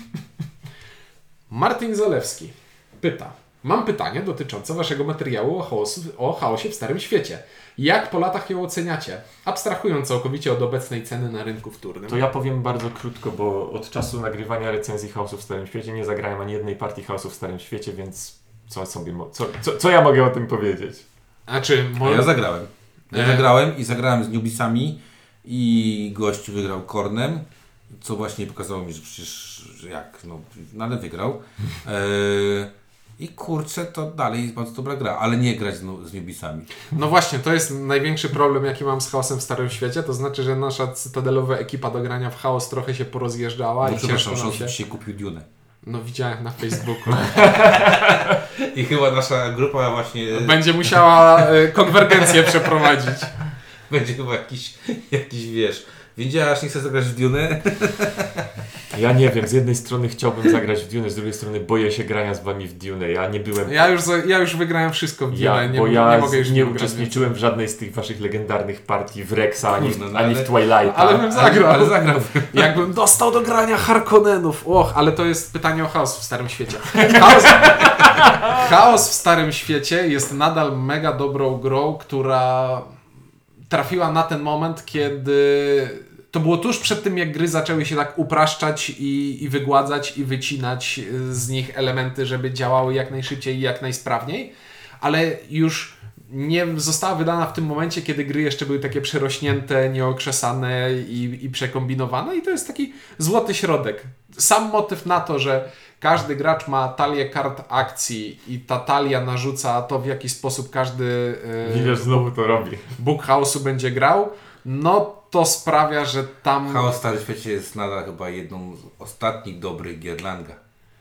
Speaker 2: Martin Zalewski pyta. Mam pytanie dotyczące waszego materiału o, chaosu, o chaosie w Starym Świecie. Jak po latach ją oceniacie? Abstrahując całkowicie od obecnej ceny na rynku wtórnym.
Speaker 3: To ja powiem bardzo krótko, bo od czasu nagrywania recenzji chaosu w Starym Świecie nie zagrałem ani jednej partii chaosu w Starym Świecie, więc co sobie mo- co, co, co ja mogę o tym powiedzieć?
Speaker 2: Znaczy, mo-
Speaker 1: ja zagrałem. Ja zagrałem i zagrałem z newbisami i gość wygrał Kornem, co właśnie pokazało mi, że przecież że jak, no, no ale wygrał. E, I kurczę, to dalej jest bardzo dobra gra, ale nie grać z, nu- z newbisami.
Speaker 2: No właśnie, to jest największy problem, jaki mam z Chaosem w Starym Świecie, to znaczy, że nasza cytadelowa ekipa do grania w Chaos trochę się porozjeżdżała
Speaker 1: No
Speaker 2: i ciężko
Speaker 1: przepraszam,
Speaker 2: nam
Speaker 1: że
Speaker 2: się...
Speaker 1: dzisiaj kupił Dune.
Speaker 2: No widziałem na Facebooku.
Speaker 1: I chyba nasza grupa właśnie
Speaker 2: Będzie musiała e, konwergencję przeprowadzić.
Speaker 1: będzie chyba jakiś, jakiś wiesz, wiedziałaś, nie chcesz zagrać w Dune?
Speaker 3: Ja nie wiem, z jednej strony chciałbym zagrać w Dune, z drugiej strony boję się grania z wami w Dune. Ja nie byłem...
Speaker 2: Ja już, za- ja już wygrałem wszystko w
Speaker 3: Ja,
Speaker 2: Dune, nie,
Speaker 3: bo
Speaker 2: nie
Speaker 3: ja
Speaker 2: mogę już
Speaker 3: nie
Speaker 2: w nim grać,
Speaker 3: uczestniczyłem w żadnej z tych waszych legendarnych partii w Rexa, ani,
Speaker 1: Kurno,
Speaker 3: w,
Speaker 1: no
Speaker 3: ani
Speaker 1: ale-
Speaker 3: w Twilighta.
Speaker 2: Ale bym zagrał.
Speaker 1: Ale zagrał.
Speaker 2: Jakbym dostał do grania Harkonnenów. Och, ale to jest pytanie o chaos w Starym Świecie. Chaos, chaos w Starym Świecie jest nadal mega dobrą grą, która trafiła na ten moment, kiedy... To było tuż przed tym, jak gry zaczęły się tak upraszczać i, i wygładzać i wycinać z nich elementy, żeby działały jak najszybciej i jak najsprawniej, ale już nie została wydana w tym momencie, kiedy gry jeszcze były takie przerośnięte, nieokrzesane i, i przekombinowane i to jest taki złoty środek. Sam motyw na to, że każdy gracz ma talię kart akcji i ta talia narzuca to, w jaki sposób każdy
Speaker 3: Widzisz, znowu to robi.
Speaker 2: Bóg chaosu będzie grał, no to sprawia, że tam...
Speaker 1: Chaos w Starym Świecie jest nadal chyba jedną z ostatnich dobrych gier Langa.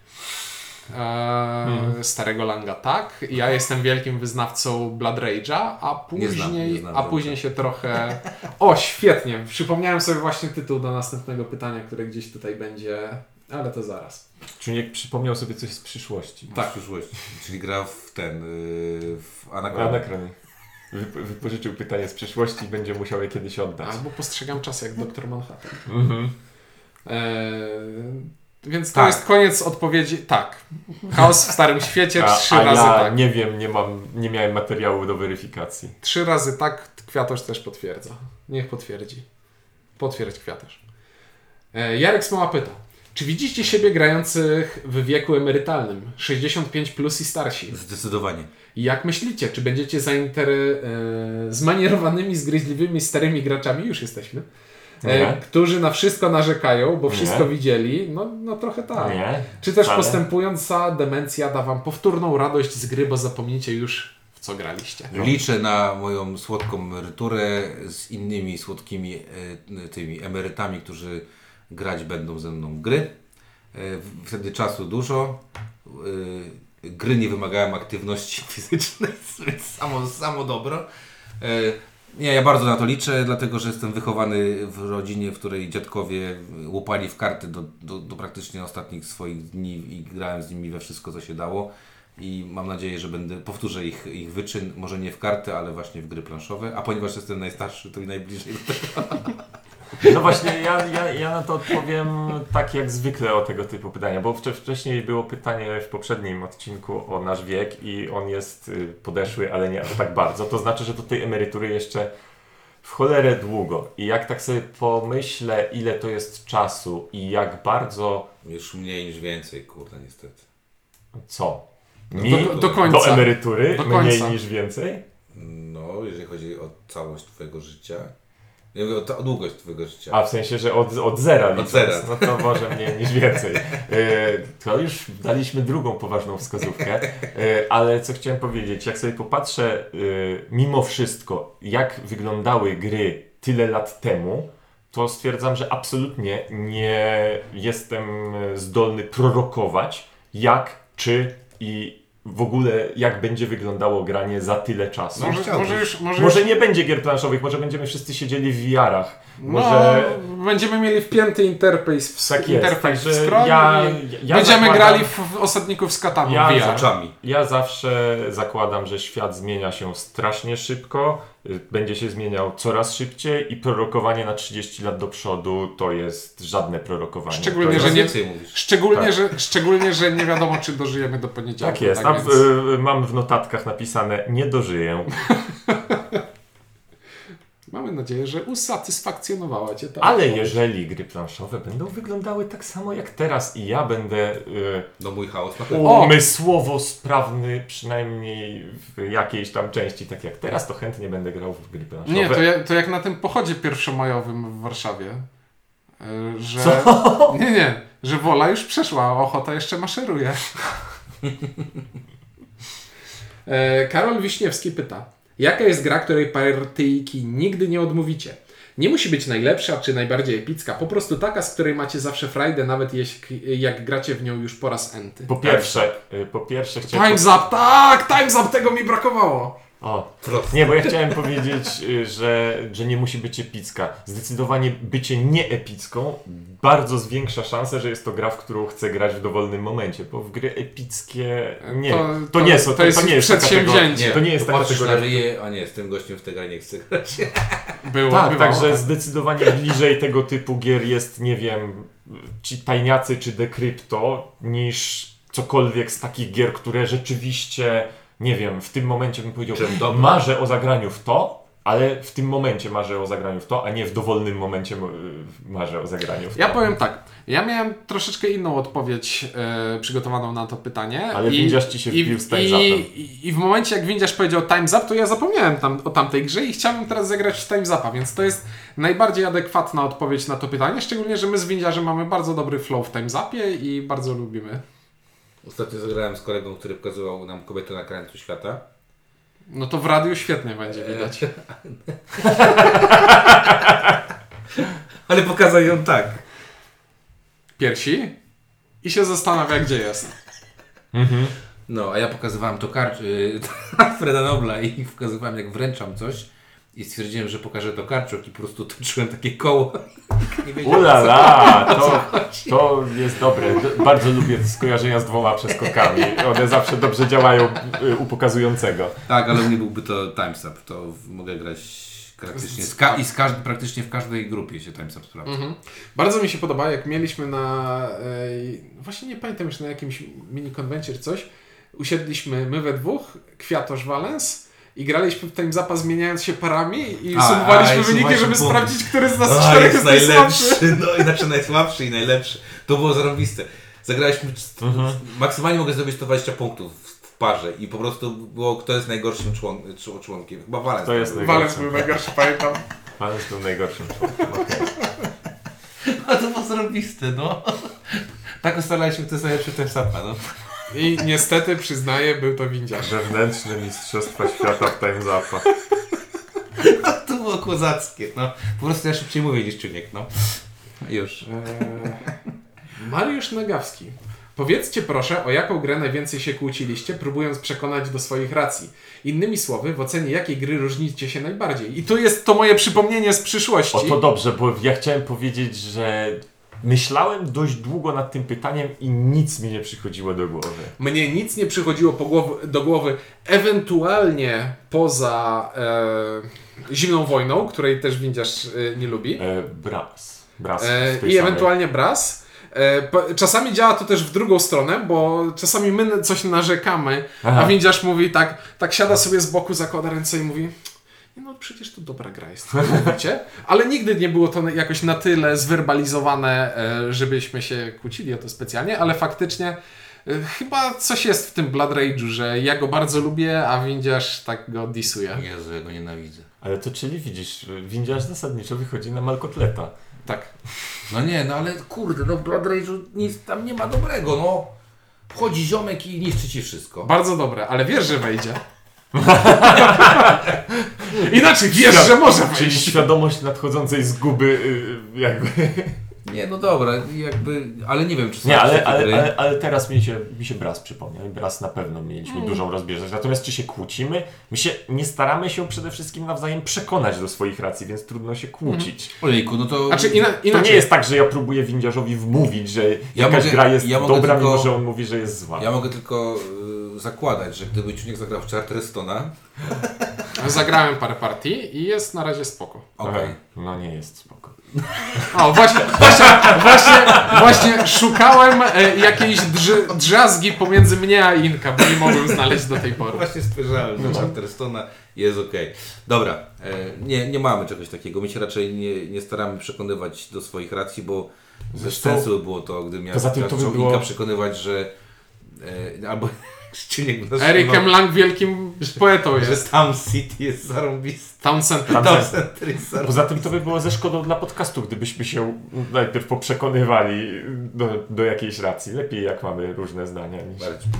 Speaker 2: Eee,
Speaker 3: Hmm.
Speaker 2: Starego Langa, tak. Ja jestem wielkim wyznawcą Blood Rage'a, a później,
Speaker 1: Nie znam, nie znam
Speaker 2: a
Speaker 1: Rage'a.
Speaker 2: później się trochę... O, świetnie! Przypomniałem sobie właśnie tytuł do następnego pytania, które gdzieś tutaj będzie, ale to zaraz.
Speaker 3: Czuniek przypomniał sobie coś z przyszłości.
Speaker 1: Tak, przyszłość. Czyli gra w ten, yy, w Anachronie.
Speaker 3: Anachronie. Wyp- wypożyczył pytanie z przyszłości i będzie musiał je kiedyś oddać.
Speaker 2: Albo postrzegam czas jak doktor Manhattan.
Speaker 3: Mhm.
Speaker 2: Eee, więc to
Speaker 1: Tak.
Speaker 2: jest koniec odpowiedzi. Tak. Chaos w Starym Świecie,
Speaker 3: A,
Speaker 2: trzy
Speaker 3: a
Speaker 2: razy
Speaker 3: ja
Speaker 2: tak.
Speaker 3: nie wiem, nie mam, nie miałem materiału do weryfikacji.
Speaker 2: Trzy razy tak, Kwiatosz też potwierdza. Niech potwierdzi. Potwierdź, Kwiatosz. E, Jarek Smoła pyta. Czy widzicie siebie grających w wieku emerytalnym? sześćdziesiąt pięć plus i starsi.
Speaker 1: Zdecydowanie.
Speaker 2: I jak myślicie, czy będziecie zainteresowani e, zmanierowanymi, zgryźliwymi, starymi graczami? Już jesteśmy. E,
Speaker 3: Nie.
Speaker 2: którzy na wszystko narzekają, bo
Speaker 3: Nie.
Speaker 2: wszystko widzieli? No, no trochę tak.
Speaker 3: Nie.
Speaker 2: Czy też
Speaker 3: wcale.
Speaker 2: postępująca demencja da wam powtórną radość z gry, bo zapomnicie już, w co graliście.
Speaker 1: Liczę na moją słodką emeryturę z innymi słodkimi e, tymi emerytami, którzy grać będą ze mną w gry. E, wtedy czasu dużo. E, gry nie wymagają aktywności fizycznej, więc samo, samo dobro. E, nie, ja bardzo na to liczę, dlatego że jestem wychowany w rodzinie, w której dziadkowie łupali w karty do, do, do praktycznie ostatnich swoich dni i grałem z nimi we wszystko, co się dało. I mam nadzieję, że będę powtórzę ich, ich wyczyn, może nie w karty, ale właśnie w gry planszowe. A ponieważ jestem najstarszy, to i najbliżej do tego.
Speaker 3: No właśnie, ja, ja, ja na to odpowiem tak jak zwykle o tego typu pytania, bo wcze- wcześniej było pytanie w poprzednim odcinku o nasz wiek i on jest y, podeszły, ale nie aż tak bardzo. To znaczy, że do tej emerytury jeszcze w cholerę długo. I jak tak sobie pomyślę, ile to jest czasu i jak bardzo...
Speaker 1: Już mniej niż więcej, kurde, niestety.
Speaker 3: Co?
Speaker 2: Do-
Speaker 3: Mi?
Speaker 2: do- do końca.
Speaker 3: Do emerytury?
Speaker 2: Do
Speaker 3: Mniej
Speaker 2: końca.
Speaker 3: niż więcej?
Speaker 1: No, jeżeli chodzi o całość Twojego życia. Ja mówię o, ta, o długość Twojego życia.
Speaker 3: A w sensie, że od, od zera licząc,
Speaker 1: zera.
Speaker 3: no to może mniej niż więcej. E, to już daliśmy drugą poważną wskazówkę, e, ale co chciałem powiedzieć, jak sobie popatrzę e, mimo wszystko, jak wyglądały gry tyle lat temu, to stwierdzam, że absolutnie nie jestem zdolny prorokować, jak, czy i w ogóle jak będzie wyglądało granie za tyle czasu.
Speaker 2: Może,
Speaker 1: chciałbyś.
Speaker 2: może już... Może
Speaker 3: Może
Speaker 2: już
Speaker 3: nie będzie gier planszowych, może będziemy wszyscy siedzieli w V R-ach.
Speaker 2: no,
Speaker 3: Może...
Speaker 2: będziemy mieli wpięty interfejs w,
Speaker 3: Tak jest,
Speaker 2: interfejs w
Speaker 3: także
Speaker 2: skroń
Speaker 3: ja-
Speaker 2: i
Speaker 3: ja
Speaker 2: będziemy
Speaker 3: zakładam-
Speaker 2: grali w, w osadników z Katanu
Speaker 3: Ja
Speaker 2: V
Speaker 1: Z
Speaker 2: R.
Speaker 1: oczami.
Speaker 3: Ja zawsze zakładam, że świat zmienia się strasznie szybko, y, będzie się zmieniał coraz szybciej i prorokowanie na trzydzieści lat do przodu to jest żadne prorokowanie.
Speaker 2: Szczególnie,
Speaker 3: to
Speaker 2: że
Speaker 1: Coraz
Speaker 2: nie-
Speaker 1: więcej mówisz.
Speaker 2: Szczególnie,
Speaker 3: Tak.
Speaker 2: że, szczególnie, że nie wiadomo, czy dożyjemy do poniedziałku.
Speaker 3: Tak jest,
Speaker 2: tak
Speaker 3: a w,
Speaker 2: więc-
Speaker 3: y, mam w notatkach napisane nie dożyję.
Speaker 2: Mamy nadzieję, że usatysfakcjonowała Cię ta
Speaker 3: Ale
Speaker 2: odpowiedź.
Speaker 3: jeżeli gry planszowe będą wyglądały tak samo jak teraz i ja będę y,
Speaker 1: No mój chaos na pewno.
Speaker 2: O!
Speaker 3: umysłowo sprawny, przynajmniej w jakiejś tam części, tak jak teraz, to chętnie będę grał w gry planszowe.
Speaker 2: Nie, to, ja, to jak na tym pochodzie pierwszomajowym w Warszawie, y, że...
Speaker 3: Co?
Speaker 2: Nie, nie, że wola już przeszła, a ochota jeszcze maszeruje. E, Karol Wiśniewski pyta, jaka jest gra, której partyjki nigdy nie odmówicie? Nie musi być najlepsza czy najbardziej epicka, po prostu taka, z której macie zawsze frajdę, nawet jeśli, jak gracie w nią już po raz enty.
Speaker 3: Po pierwsze, y, po pierwsze chciałem...
Speaker 2: Time's up, tak! Time's up, tego mi brakowało!
Speaker 3: O, nie, bo ja chciałem powiedzieć, y, że, że nie musi być epicka. Zdecydowanie bycie nieepicką bardzo zwiększa szansę, że jest to gra, w którą chcę grać w dowolnym momencie, bo w gry epickie nie.
Speaker 2: To,
Speaker 3: To,
Speaker 2: to,
Speaker 3: nie, są, to,
Speaker 2: to jest
Speaker 3: to nie jest taka
Speaker 2: przedsięwzięcie.
Speaker 1: Nie,
Speaker 3: to nie jest
Speaker 1: to
Speaker 3: taka
Speaker 1: patrzysz na
Speaker 3: kategoria.
Speaker 1: ryje, a nie, z tym gościem w tę grę nie chcę grać.
Speaker 2: Było,
Speaker 3: Tak,
Speaker 2: bywało.
Speaker 3: także zdecydowanie bliżej tego typu gier jest, nie wiem, ci tajniacy czy Decrypto, niż cokolwiek z takich gier, które rzeczywiście, nie wiem, w tym momencie bym powiedział,
Speaker 1: Czym dobre?
Speaker 3: marzę o zagraniu w to, ale w tym momencie marzę o zagraniu w to, a nie w dowolnym momencie m- marzę o zagraniu w to.
Speaker 2: Ja powiem tak, ja miałem troszeczkę inną odpowiedź e, przygotowaną na to pytanie.
Speaker 3: Ale Windziarz ci się wbił z Time's
Speaker 2: i,
Speaker 3: Upem.
Speaker 2: i, I w momencie jak Windziarz powiedział Time's Up, to ja zapomniałem tam, o tamtej grze i chciałbym teraz zagrać w Time's Upa, więc to jest najbardziej adekwatna odpowiedź na to pytanie, szczególnie, że my z Windziarzem mamy bardzo dobry flow w Time's Upie i bardzo lubimy.
Speaker 1: Ostatnio zagrałem z kolegą, który pokazywał nam kobietę na krańcu świata.
Speaker 2: No to w radiu świetnie będzie widać.
Speaker 1: Ale pokazał ją tak.
Speaker 2: Piersi i się zastanawia, gdzie jest.
Speaker 3: Mhm.
Speaker 1: No, a ja pokazywałem to karcz y, Freda Nobla i pokazywałem, jak wręczam coś i stwierdziłem, że pokażę to karczok i po prostu toczyłem takie koło. Nie wiedziałem,
Speaker 3: Ulala, to, to jest dobre. D- Bardzo lubię skojarzenia z dwoma przeskokami. One zawsze dobrze działają y, u pokazującego.
Speaker 1: Tak, ale u mnie byłby to Time's Up. To w- mogę grać praktycznie z ka- i z każdy, praktycznie w każdej grupie się Time's Up sprawdza.
Speaker 2: Mhm. Bardzo mi się podoba, jak mieliśmy na... E, właśnie nie pamiętam już na jakimś mini-konwencie czy coś, usiedliśmy my we dwóch, Kwiatosz Valens i graliśmy w Time's Upa zmieniając się parami i
Speaker 1: A,
Speaker 2: sumowaliśmy
Speaker 1: a, i
Speaker 2: wyniki,
Speaker 1: sumowaliśmy
Speaker 2: żeby
Speaker 1: punkty.
Speaker 2: sprawdzić, który z nas
Speaker 1: O,
Speaker 2: czterech
Speaker 1: jest
Speaker 2: jest najsłabszy.
Speaker 1: najlepszy, no i znaczy najsłabszy i najlepszy. To było zarąbiste. Zagraliśmy,
Speaker 3: Mhm.
Speaker 1: maksymalnie mogę zdobyć sto dwadzieścia punktów w, w parze i po prostu było, kto jest najgorszym człon, czł- członkiem. Chyba Valens.
Speaker 3: To jest
Speaker 1: był.
Speaker 2: Valens był najgorszy, pamiętam.
Speaker 3: Valens był najgorszym członkiem. Okay.
Speaker 1: A to było zarąbiste, no. Tak ustalaliśmy, kto jest najlepszy Time's Upa, no.
Speaker 2: I niestety, przyznaję, był to Windziarz.
Speaker 3: Wewnętrzne mistrzostwa świata w Time's Upa.
Speaker 1: To było kozackie, no. Po prostu ja szybciej mówię niż Czuniek, no. Już.
Speaker 2: Eee, Mariusz Nagawski. Powiedzcie proszę, o jaką grę najwięcej się kłóciliście, próbując przekonać do swoich racji. Innymi słowy, w ocenie jakiej gry różnicie się najbardziej. I tu jest to moje przypomnienie z przyszłości.
Speaker 3: O to dobrze, bo ja chciałem powiedzieć, że myślałem dość długo nad tym pytaniem i nic mi nie przychodziło do głowy.
Speaker 2: Mnie nic nie przychodziło po głowy, do głowy, ewentualnie poza e, Zimną Wojną, której też Windziarz e, nie lubi.
Speaker 3: E, Brass. Brass
Speaker 2: E,
Speaker 3: w tej
Speaker 2: I
Speaker 3: samej.
Speaker 2: ewentualnie Brass. E, po- czasami działa to też w drugą stronę, bo czasami my coś narzekamy,
Speaker 3: Aha.
Speaker 2: a Windziarz mówi tak, tak siada sobie z boku, zakłada ręce i mówi: "Nie no, przecież to dobra gra jest, mówicie?" Ale nigdy nie było to jakoś na tyle zwerbalizowane, e, żebyśmy się kłócili o to specjalnie, ale faktycznie e, chyba coś jest w tym Blood Rage'u, że ja go bardzo lubię, a Windziarz tak go disuje.
Speaker 1: Jezu, ja go nienawidzę.
Speaker 3: Ale to czyli widzisz, Windziarz zasadniczo wychodzi na Malkotleta.
Speaker 2: Tak.
Speaker 1: No nie, no ale kurde, no w Blood Rage'u nic tam nie ma dobrego, no. Wchodzi ziomek i niszczy ci wszystko.
Speaker 2: Bardzo dobre, ale wiesz, że wejdzie. Inaczej wiesz, że może
Speaker 3: Czyli
Speaker 2: wejść.
Speaker 3: świadomość nadchodzącej zguby y, jakby...
Speaker 1: Nie, no dobra, jakby, ale nie wiem, czy są
Speaker 3: Nie, ale,
Speaker 1: takie
Speaker 3: ale,
Speaker 1: gry.
Speaker 3: ale, ale teraz mi się, mi się Brass przypomniał i Brass na pewno mieliśmy dużą rozbieżność. Natomiast czy się kłócimy? My się nie staramy się przede wszystkim nawzajem przekonać do swoich racji, więc trudno się kłócić.
Speaker 1: Ojejku, no to...
Speaker 2: Znaczy, ina,
Speaker 3: To
Speaker 2: inaczej.
Speaker 3: nie jest tak, że ja próbuję Windziarzowi wmówić, że
Speaker 1: Ja
Speaker 3: jakaś
Speaker 1: mogę-
Speaker 3: gra jest
Speaker 1: ja mogę
Speaker 3: dobra,
Speaker 1: tylko-
Speaker 3: mimo że on mówi, że jest zła.
Speaker 1: Ja mogę tylko y, zakładać, że gdyby Czuniek zagrał w Charterstona,
Speaker 2: Zagrałem parę partii i jest na razie spoko.
Speaker 1: okej.
Speaker 3: Aha, no nie jest spoko.
Speaker 2: O, właśnie, właśnie, właśnie, właśnie szukałem e, jakiejś drz, drzazgi pomiędzy mnie a Inka, bo nie mogłem znaleźć do tej pory.
Speaker 1: Właśnie spojrzałem na Charterstona i jest okej. Dobra, e, nie, nie mamy czegoś takiego. My się raczej nie, nie staramy przekonywać do swoich racji, bo bez
Speaker 3: Zresztą-
Speaker 1: sensu by było to, gdybym miał
Speaker 3: Poza tym to by
Speaker 1: zaczął
Speaker 3: było-
Speaker 1: Inka przekonywać, że e, albo Czuniek nas
Speaker 2: Erikiem Lang wielkim poetą
Speaker 1: że
Speaker 2: jest.
Speaker 1: Town City jest zarąbisty.
Speaker 2: Town Center.
Speaker 3: Tam
Speaker 1: Town
Speaker 3: se-
Speaker 1: Center jest zarąbisty.
Speaker 3: Poza tym to by było ze szkodą dla podcastu, gdybyśmy się najpierw poprzekonywali do, do jakiejś racji. Lepiej jak mamy różne zdania niż...
Speaker 1: Bardziej lepiej.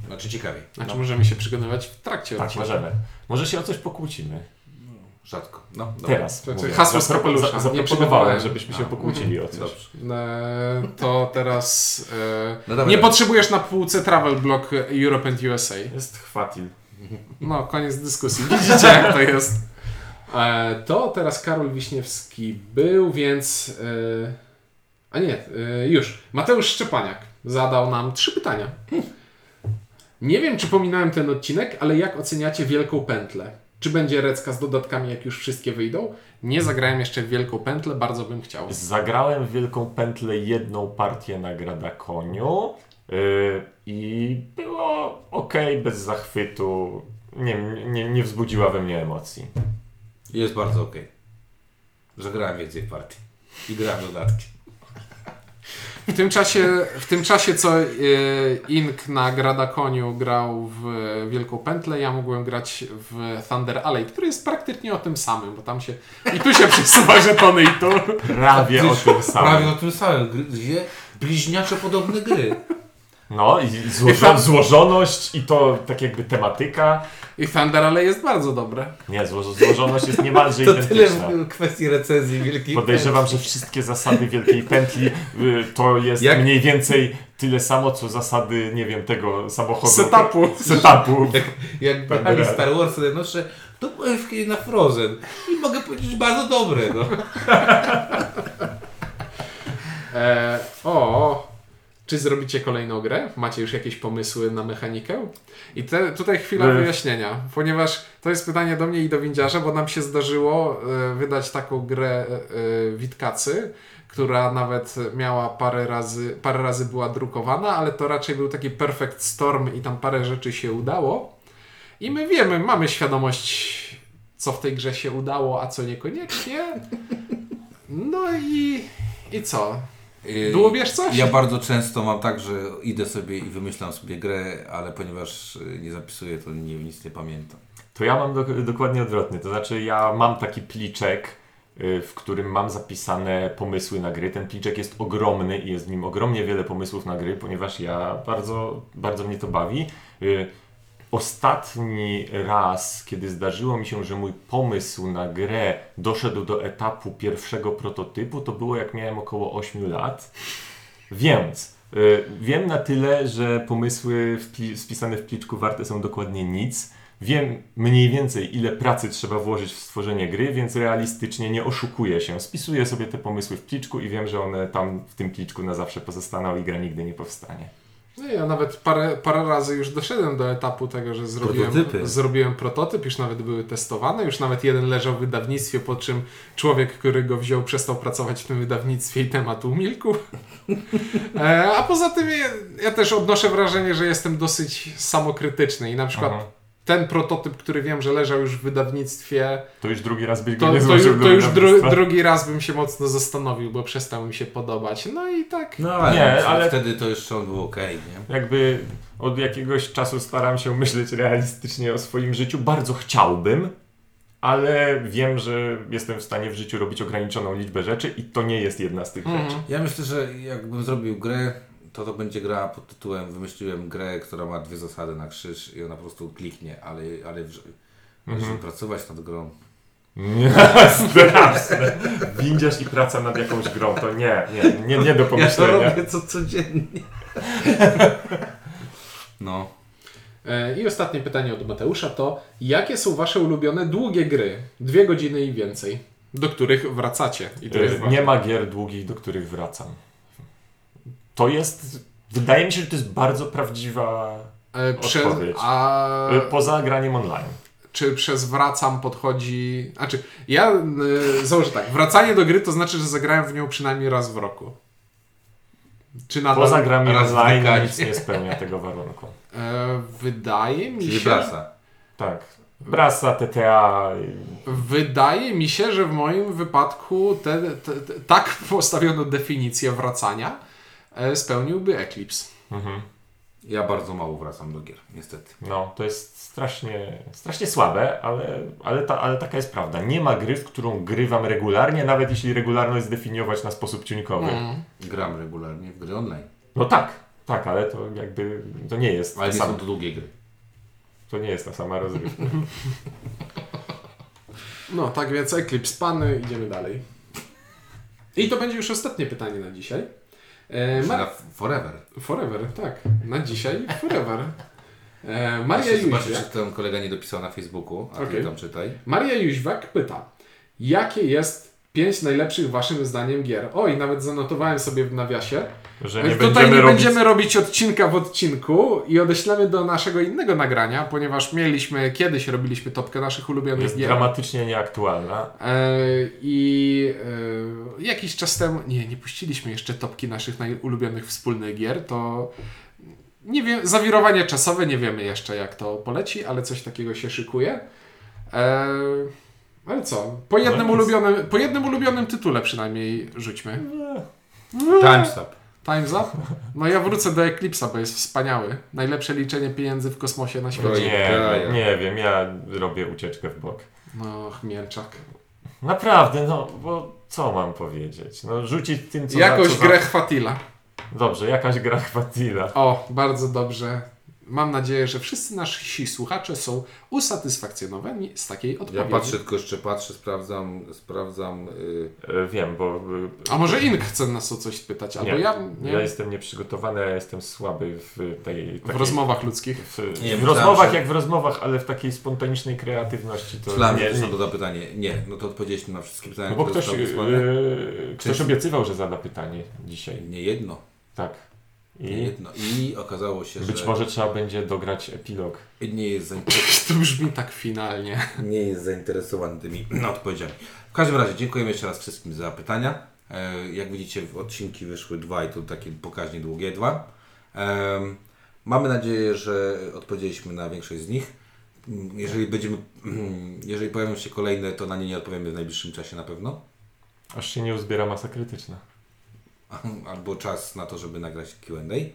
Speaker 1: Znaczy ciekawiej.
Speaker 2: Znaczy
Speaker 3: No.
Speaker 2: możemy się przekonywać w trakcie
Speaker 3: Tak,
Speaker 2: odcinka.
Speaker 3: możemy. Może się o coś pokłócimy.
Speaker 1: Rzadko. No, dobra.
Speaker 3: Teraz.
Speaker 2: To- to
Speaker 3: mówię.
Speaker 2: hasło z
Speaker 3: Zapro-
Speaker 2: kapelusza.
Speaker 3: za-
Speaker 2: Nie
Speaker 3: Zaproponowałem,
Speaker 2: przygotowałem.
Speaker 3: żebyśmy się
Speaker 1: A,
Speaker 3: pokłócili o coś.
Speaker 1: Dobrze.
Speaker 2: E, to teraz e,
Speaker 1: No dobra.
Speaker 2: nie potrzebujesz na półce travel block Europe and U S A.
Speaker 3: Jest chwatil.
Speaker 2: No, koniec dyskusji. Widzicie, jak to jest. E, to teraz Karol Wiśniewski był, więc... E, a nie, e, już. Mateusz Szczepaniak zadał nam trzy pytania. Nie wiem, czy pominąłem ten odcinek, ale jak oceniacie Wielką Pętlę? Czy będzie recka z dodatkami, jak już wszystkie wyjdą? Nie zagrałem jeszcze w Wielką Pętlę, bardzo bym chciał.
Speaker 3: Zagrałem w Wielką Pętlę jedną partię na Gradakoniu yy, i było ok, bez zachwytu. Nie, nie, nie wzbudziła we mnie emocji.
Speaker 1: Jest bardzo okej. Że grałem więcej partii. I grałem dodatki.
Speaker 2: W tym czasie, w tym czasie co e, Ink na Gradakoniu grał w Wielką Pętlę, ja mogłem grać w Thunder Alley, który jest praktycznie o tym samym, bo tam się i tu się przesuwa żetony i tu.
Speaker 3: Prawie o tym samym.
Speaker 1: Prawie o tym samym. Gry- Dwie bliźniaczo podobne gry.
Speaker 3: No i złożo-
Speaker 2: I tam-
Speaker 3: złożoność i to tak jakby tematyka.
Speaker 2: I Thunder Alley jest bardzo dobre.
Speaker 3: Nie, zło- złożoność jest niemalże
Speaker 1: To tyle
Speaker 3: identyczna.
Speaker 1: w kwestii recenzji wielkiej.
Speaker 3: Podejrzewam, że wszystkie zasady Wielkiej Pętli y, to jest
Speaker 1: Jak-
Speaker 3: mniej więcej tyle samo, co zasady, nie wiem, tego samochodu.
Speaker 2: Setupu.
Speaker 3: Setupu.
Speaker 1: Jak, jak
Speaker 3: Thunder
Speaker 1: grali
Speaker 3: Alley.
Speaker 1: Star Wars najnowsze, to byłem w kinie na Frozen. I mogę powiedzieć, że bardzo dobre. No.
Speaker 2: E, o, czy zrobicie kolejną grę? Macie już jakieś pomysły na mechanikę? I te, tutaj chwila
Speaker 3: E.
Speaker 2: wyjaśnienia, ponieważ to jest pytanie do mnie i do windziarza, bo nam się zdarzyło e, wydać taką grę e, Witkacy, która nawet miała parę razy, parę razy była drukowana, ale to raczej był taki perfect storm i tam parę rzeczy się udało. I my wiemy, mamy świadomość, co w tej grze się udało, a co niekoniecznie. No i, i co?
Speaker 1: Yy,
Speaker 2: Dłubiesz coś?
Speaker 1: Ja bardzo często mam tak, że idę sobie i wymyślam sobie grę, ale ponieważ yy, nie zapisuję, to nie, nic nie pamiętam.
Speaker 3: To ja mam do, dokładnie odwrotnie. To znaczy ja mam taki pliczek, y, w którym mam zapisane pomysły na gry. Ten pliczek jest ogromny i jest w nim ogromnie wiele pomysłów na gry, ponieważ ja bardzo, bardzo mnie to bawi. Y, Ostatni raz, kiedy zdarzyło mi się, że mój pomysł na grę doszedł do etapu pierwszego prototypu, to było jak miałem około ośmiu lat. Więc y, wiem na tyle, że pomysły w pli- spisane w pliczku warte są dokładnie nic. Wiem mniej więcej, ile pracy trzeba włożyć w stworzenie gry, więc realistycznie nie oszukuję się. Spisuję sobie te pomysły w pliczku i wiem, że one tam w tym pliczku na zawsze pozostaną i gra nigdy nie powstanie.
Speaker 2: No ja nawet parę, parę razy już doszedłem do etapu tego, że zrobiłem
Speaker 1: Prototypy.
Speaker 2: zrobiłem prototyp, już nawet były testowane, już nawet jeden leżał w wydawnictwie, po czym człowiek, który go wziął, przestał pracować w tym wydawnictwie i temat umilkł. E, a poza tym ja, ja też odnoszę wrażenie, że jestem dosyć samokrytyczny i na przykład
Speaker 3: Aha.
Speaker 2: ten prototyp, który wiem, że leżał już w wydawnictwie,
Speaker 3: To już drugi raz byś go
Speaker 2: to,
Speaker 3: nie
Speaker 2: to,
Speaker 3: złożył
Speaker 2: już-
Speaker 3: do
Speaker 2: to już dru,
Speaker 3: wydawnictwa.
Speaker 2: drugi raz bym się mocno zastanowił, bo przestał mi się podobać. No i tak.
Speaker 1: No ale,
Speaker 3: Nie, ale-
Speaker 1: wtedy to jeszcze on był okej, nie?
Speaker 3: Jakby od jakiegoś czasu staram się myśleć realistycznie o swoim życiu. Bardzo chciałbym, ale wiem, że jestem w stanie w życiu robić ograniczoną liczbę rzeczy i to nie jest jedna z tych
Speaker 2: Mhm.
Speaker 3: rzeczy.
Speaker 1: Ja myślę, że jakbym zrobił grę, to to będzie gra pod tytułem wymyśliłem grę, która ma dwie zasady na krzyż i ona po prostu kliknie, ale, ale w,
Speaker 3: Mhm.
Speaker 1: żeby pracować nad grą.
Speaker 3: Nie, straszne. Windziarz i praca nad jakąś grą, to nie, nie, nie, nie do
Speaker 1: Ja to
Speaker 3: pomyślenia.
Speaker 1: robię co codziennie. No.
Speaker 2: E, I ostatnie pytanie od Mateusza to, jakie są wasze ulubione długie gry, dwie godziny i więcej, do których wracacie? I to jest
Speaker 3: Y,
Speaker 2: ważne.
Speaker 3: Nie ma gier długich, do których wracam. To jest, wydaje mi się, że to jest bardzo prawdziwa,
Speaker 2: E, Przez,
Speaker 3: odpowiedź.
Speaker 2: a
Speaker 3: y, poza graniem online.
Speaker 2: czy przez wracam podchodzi... Znaczy, ja y, założę tak, wracanie do gry to znaczy, że zagrałem w nią przynajmniej raz w roku. Czy nadal...
Speaker 3: Poza grami
Speaker 1: raz w
Speaker 3: online
Speaker 1: dekadzie.
Speaker 3: nic nie spełnia tego warunku.
Speaker 2: E, wydaje mi
Speaker 1: Czyli
Speaker 2: się...
Speaker 1: brasa.
Speaker 3: Tak. Brasa, T T A.
Speaker 2: Wydaje mi się, że w moim wypadku te, te, te, tak postawioną definicję wracania e, spełniłby Eclipse.
Speaker 3: Mhm.
Speaker 1: Ja bardzo mało wracam do gier, niestety.
Speaker 3: No, to jest strasznie, strasznie słabe, ale, ale, ta, ale taka jest prawda. Nie ma gry, w którą grywam regularnie, nawet jeśli regularność zdefiniować na sposób ciunkowy.
Speaker 2: Mm.
Speaker 1: Gram regularnie w gry online.
Speaker 3: No tak, Tak, ale to jakby to nie jest
Speaker 1: Ale
Speaker 3: to
Speaker 1: nie
Speaker 3: samo.
Speaker 1: są to długie gry.
Speaker 3: To nie jest ta sama rozgrywka.
Speaker 2: No, tak więc Eclipse Pany, idziemy dalej. I to będzie już ostatnie pytanie na dzisiaj. E,
Speaker 1: Na
Speaker 2: Mar-
Speaker 1: forever.
Speaker 2: forever, tak. Na dzisiaj forever. E, Maria
Speaker 1: Jeszcze zobaczę,
Speaker 2: Jóźwiak.
Speaker 1: czy ten kolega nie dopisał na Facebooku, a ty
Speaker 2: Okej.
Speaker 1: tam czytaj.
Speaker 2: Maria Jóźwiak pyta, jakie jest pięć najlepszych waszym zdaniem gier? Oj, nawet zanotowałem sobie w nawiasie.
Speaker 3: Że
Speaker 2: Nie
Speaker 3: nie
Speaker 2: Tutaj
Speaker 3: będziemy
Speaker 2: nie
Speaker 3: robić...
Speaker 2: będziemy robić odcinka w odcinku i odeślemy do naszego innego nagrania, ponieważ mieliśmy, kiedyś robiliśmy topkę naszych ulubionych
Speaker 3: Jest
Speaker 2: gier.
Speaker 3: dramatycznie nieaktualna.
Speaker 2: E, I e, jakiś czas temu, nie, nie puściliśmy jeszcze topki naszych najulubionych wspólnych gier, to nie wiem, zawirowanie czasowe, nie wiemy jeszcze jak to poleci, ale coś takiego się szykuje. E, ale co, po jednym,
Speaker 3: No nic.
Speaker 2: ulubionym, po jednym ulubionym tytule przynajmniej rzućmy.
Speaker 1: Time stop.
Speaker 2: Time's up? No ja wrócę do Eclipse'a, bo jest wspaniały. Najlepsze liczenie pieniędzy w kosmosie na świecie.
Speaker 1: Oj.
Speaker 3: Nie,
Speaker 1: Kraja.
Speaker 3: nie wiem, ja robię ucieczkę w bok.
Speaker 2: No, chmielczak.
Speaker 3: Naprawdę, no, bo co mam powiedzieć? No, rzucić tym, co
Speaker 2: Jakąś
Speaker 3: za, co
Speaker 2: grę
Speaker 3: Za...
Speaker 2: Chwatila.
Speaker 3: Dobrze, jakaś gra Chwatila.
Speaker 2: O, bardzo dobrze. Mam nadzieję, że wszyscy nasi słuchacze są usatysfakcjonowani z takiej
Speaker 1: Ja
Speaker 2: odpowiedzi.
Speaker 1: patrzę, tylko jeszcze patrzę, sprawdzam, sprawdzam. Yy,
Speaker 3: E, Wiem, bo... e,
Speaker 2: A może Ink chce nas o coś spytać? Albo
Speaker 3: nie,
Speaker 2: ja, nie?
Speaker 3: ja jestem nieprzygotowany, ja jestem słaby w tej...
Speaker 2: W
Speaker 3: takiej,
Speaker 2: rozmowach ludzkich.
Speaker 3: W,
Speaker 1: Nie,
Speaker 3: w
Speaker 1: myślałem,
Speaker 3: rozmowach
Speaker 1: że-
Speaker 3: jak w rozmowach, ale w takiej spontanicznej kreatywności to
Speaker 1: Myślałem,
Speaker 3: nie,
Speaker 1: że
Speaker 3: nie,
Speaker 1: to doda pytanie. Nie, no to odpowiedzieliśmy na wszystkie pytania,
Speaker 3: no bo
Speaker 1: które
Speaker 3: ktoś,
Speaker 1: zostały
Speaker 3: e,
Speaker 1: wysłane.
Speaker 3: ktoś
Speaker 1: Czy-
Speaker 3: obiecywał, że zada pytanie dzisiaj.
Speaker 1: Nie jedno.
Speaker 3: Tak.
Speaker 1: Nie
Speaker 3: I
Speaker 1: jedno. I okazało się,
Speaker 3: być
Speaker 1: że
Speaker 3: może trzeba będzie dograć epilog.
Speaker 1: nie jest, zainteres-
Speaker 2: To brzmi tak finalnie.
Speaker 1: nie jest zainteresowany tymi odpowiedziami. W każdym razie dziękujemy jeszcze raz wszystkim za pytania. E, jak widzicie, odcinki wyszły dwa i to takie pokaźnie długie dwa. E, mamy nadzieję, że odpowiedzieliśmy na większość z nich. Jeżeli będziemy, jeżeli pojawią się kolejne, to na nie nie odpowiemy w najbliższym czasie na pewno.
Speaker 3: Aż się nie uzbiera masa krytyczna.
Speaker 1: Albo czas na to, żeby nagrać Q and A. E,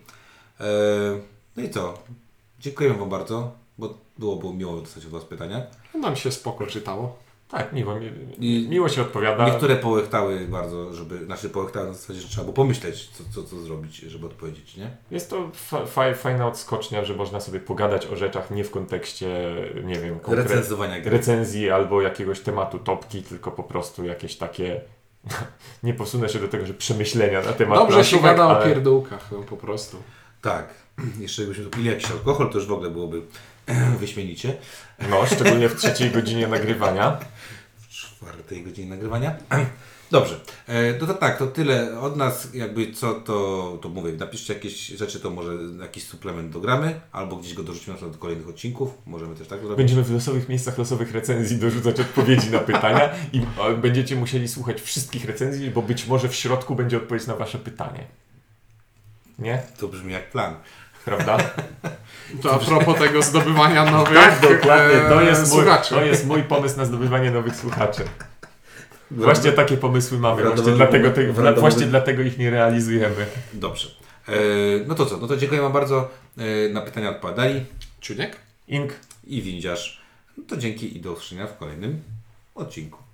Speaker 1: no i co? Dziękujemy Wam bardzo, bo było, było miło dostać od Was pytania.
Speaker 2: Nam się spoko czytało.
Speaker 3: Tak, miło, mi,
Speaker 1: I-
Speaker 3: miło się odpowiada.
Speaker 1: Niektóre połechtały bardzo, żeby, znaczy połechtały na zasadzie, że trzeba było pomyśleć, co, co, co zrobić, żeby odpowiedzieć, nie?
Speaker 3: Jest to fa- fa- fajna odskocznia, że można sobie pogadać o rzeczach nie w kontekście, nie wiem, konkre-
Speaker 1: Recenzowania gry.
Speaker 3: recenzji albo jakiegoś tematu topki, tylko po prostu jakieś takie, nie posunę się do tego, że przemyślenia na temat
Speaker 2: Dobrze się
Speaker 3: planszówek,
Speaker 2: gada o
Speaker 3: ale-
Speaker 2: pierdółkach, no, po prostu.
Speaker 1: Tak. Jeszcze jakbyśmy tu pili jakiś alkohol, to już w ogóle byłoby wyśmienicie.
Speaker 3: No, szczególnie w trzeciej godzinie nagrywania.
Speaker 1: W czwartej godzinie nagrywania. Dobrze. E, to, to tak, to tyle od nas. Jakby co, to, to mówię. Napiszcie jakieś rzeczy, to może jakiś suplement dogramy, albo gdzieś go dorzucimy na przykład do kolejnych odcinków. Możemy też tak zrobić.
Speaker 3: Będziemy w losowych miejscach losowych recenzji dorzucać odpowiedzi na pytania i o, będziecie musieli słuchać wszystkich recenzji, bo być może w środku będzie odpowiedź na wasze pytanie. Nie?
Speaker 1: To brzmi jak plan.
Speaker 3: Prawda?
Speaker 2: To a propos tego zdobywania nowych
Speaker 3: Tak, dokładnie. To
Speaker 2: e,
Speaker 3: jest, mój,
Speaker 2: słuchaczy.
Speaker 3: to jest mój pomysł na zdobywanie nowych słuchaczy. Właśnie takie pomysły mamy.
Speaker 1: w
Speaker 3: Właśnie
Speaker 1: randomowym-
Speaker 3: dlatego, te,
Speaker 1: w randomowym-
Speaker 3: właśnie dlatego ich nie realizujemy.
Speaker 1: Dobrze. E, no to co? No to dziękuję Wam bardzo. E, na pytania odpowiadali
Speaker 2: Czuniek?
Speaker 3: Ink.
Speaker 1: i Windziarz. No to dzięki i do usłyszenia w kolejnym odcinku.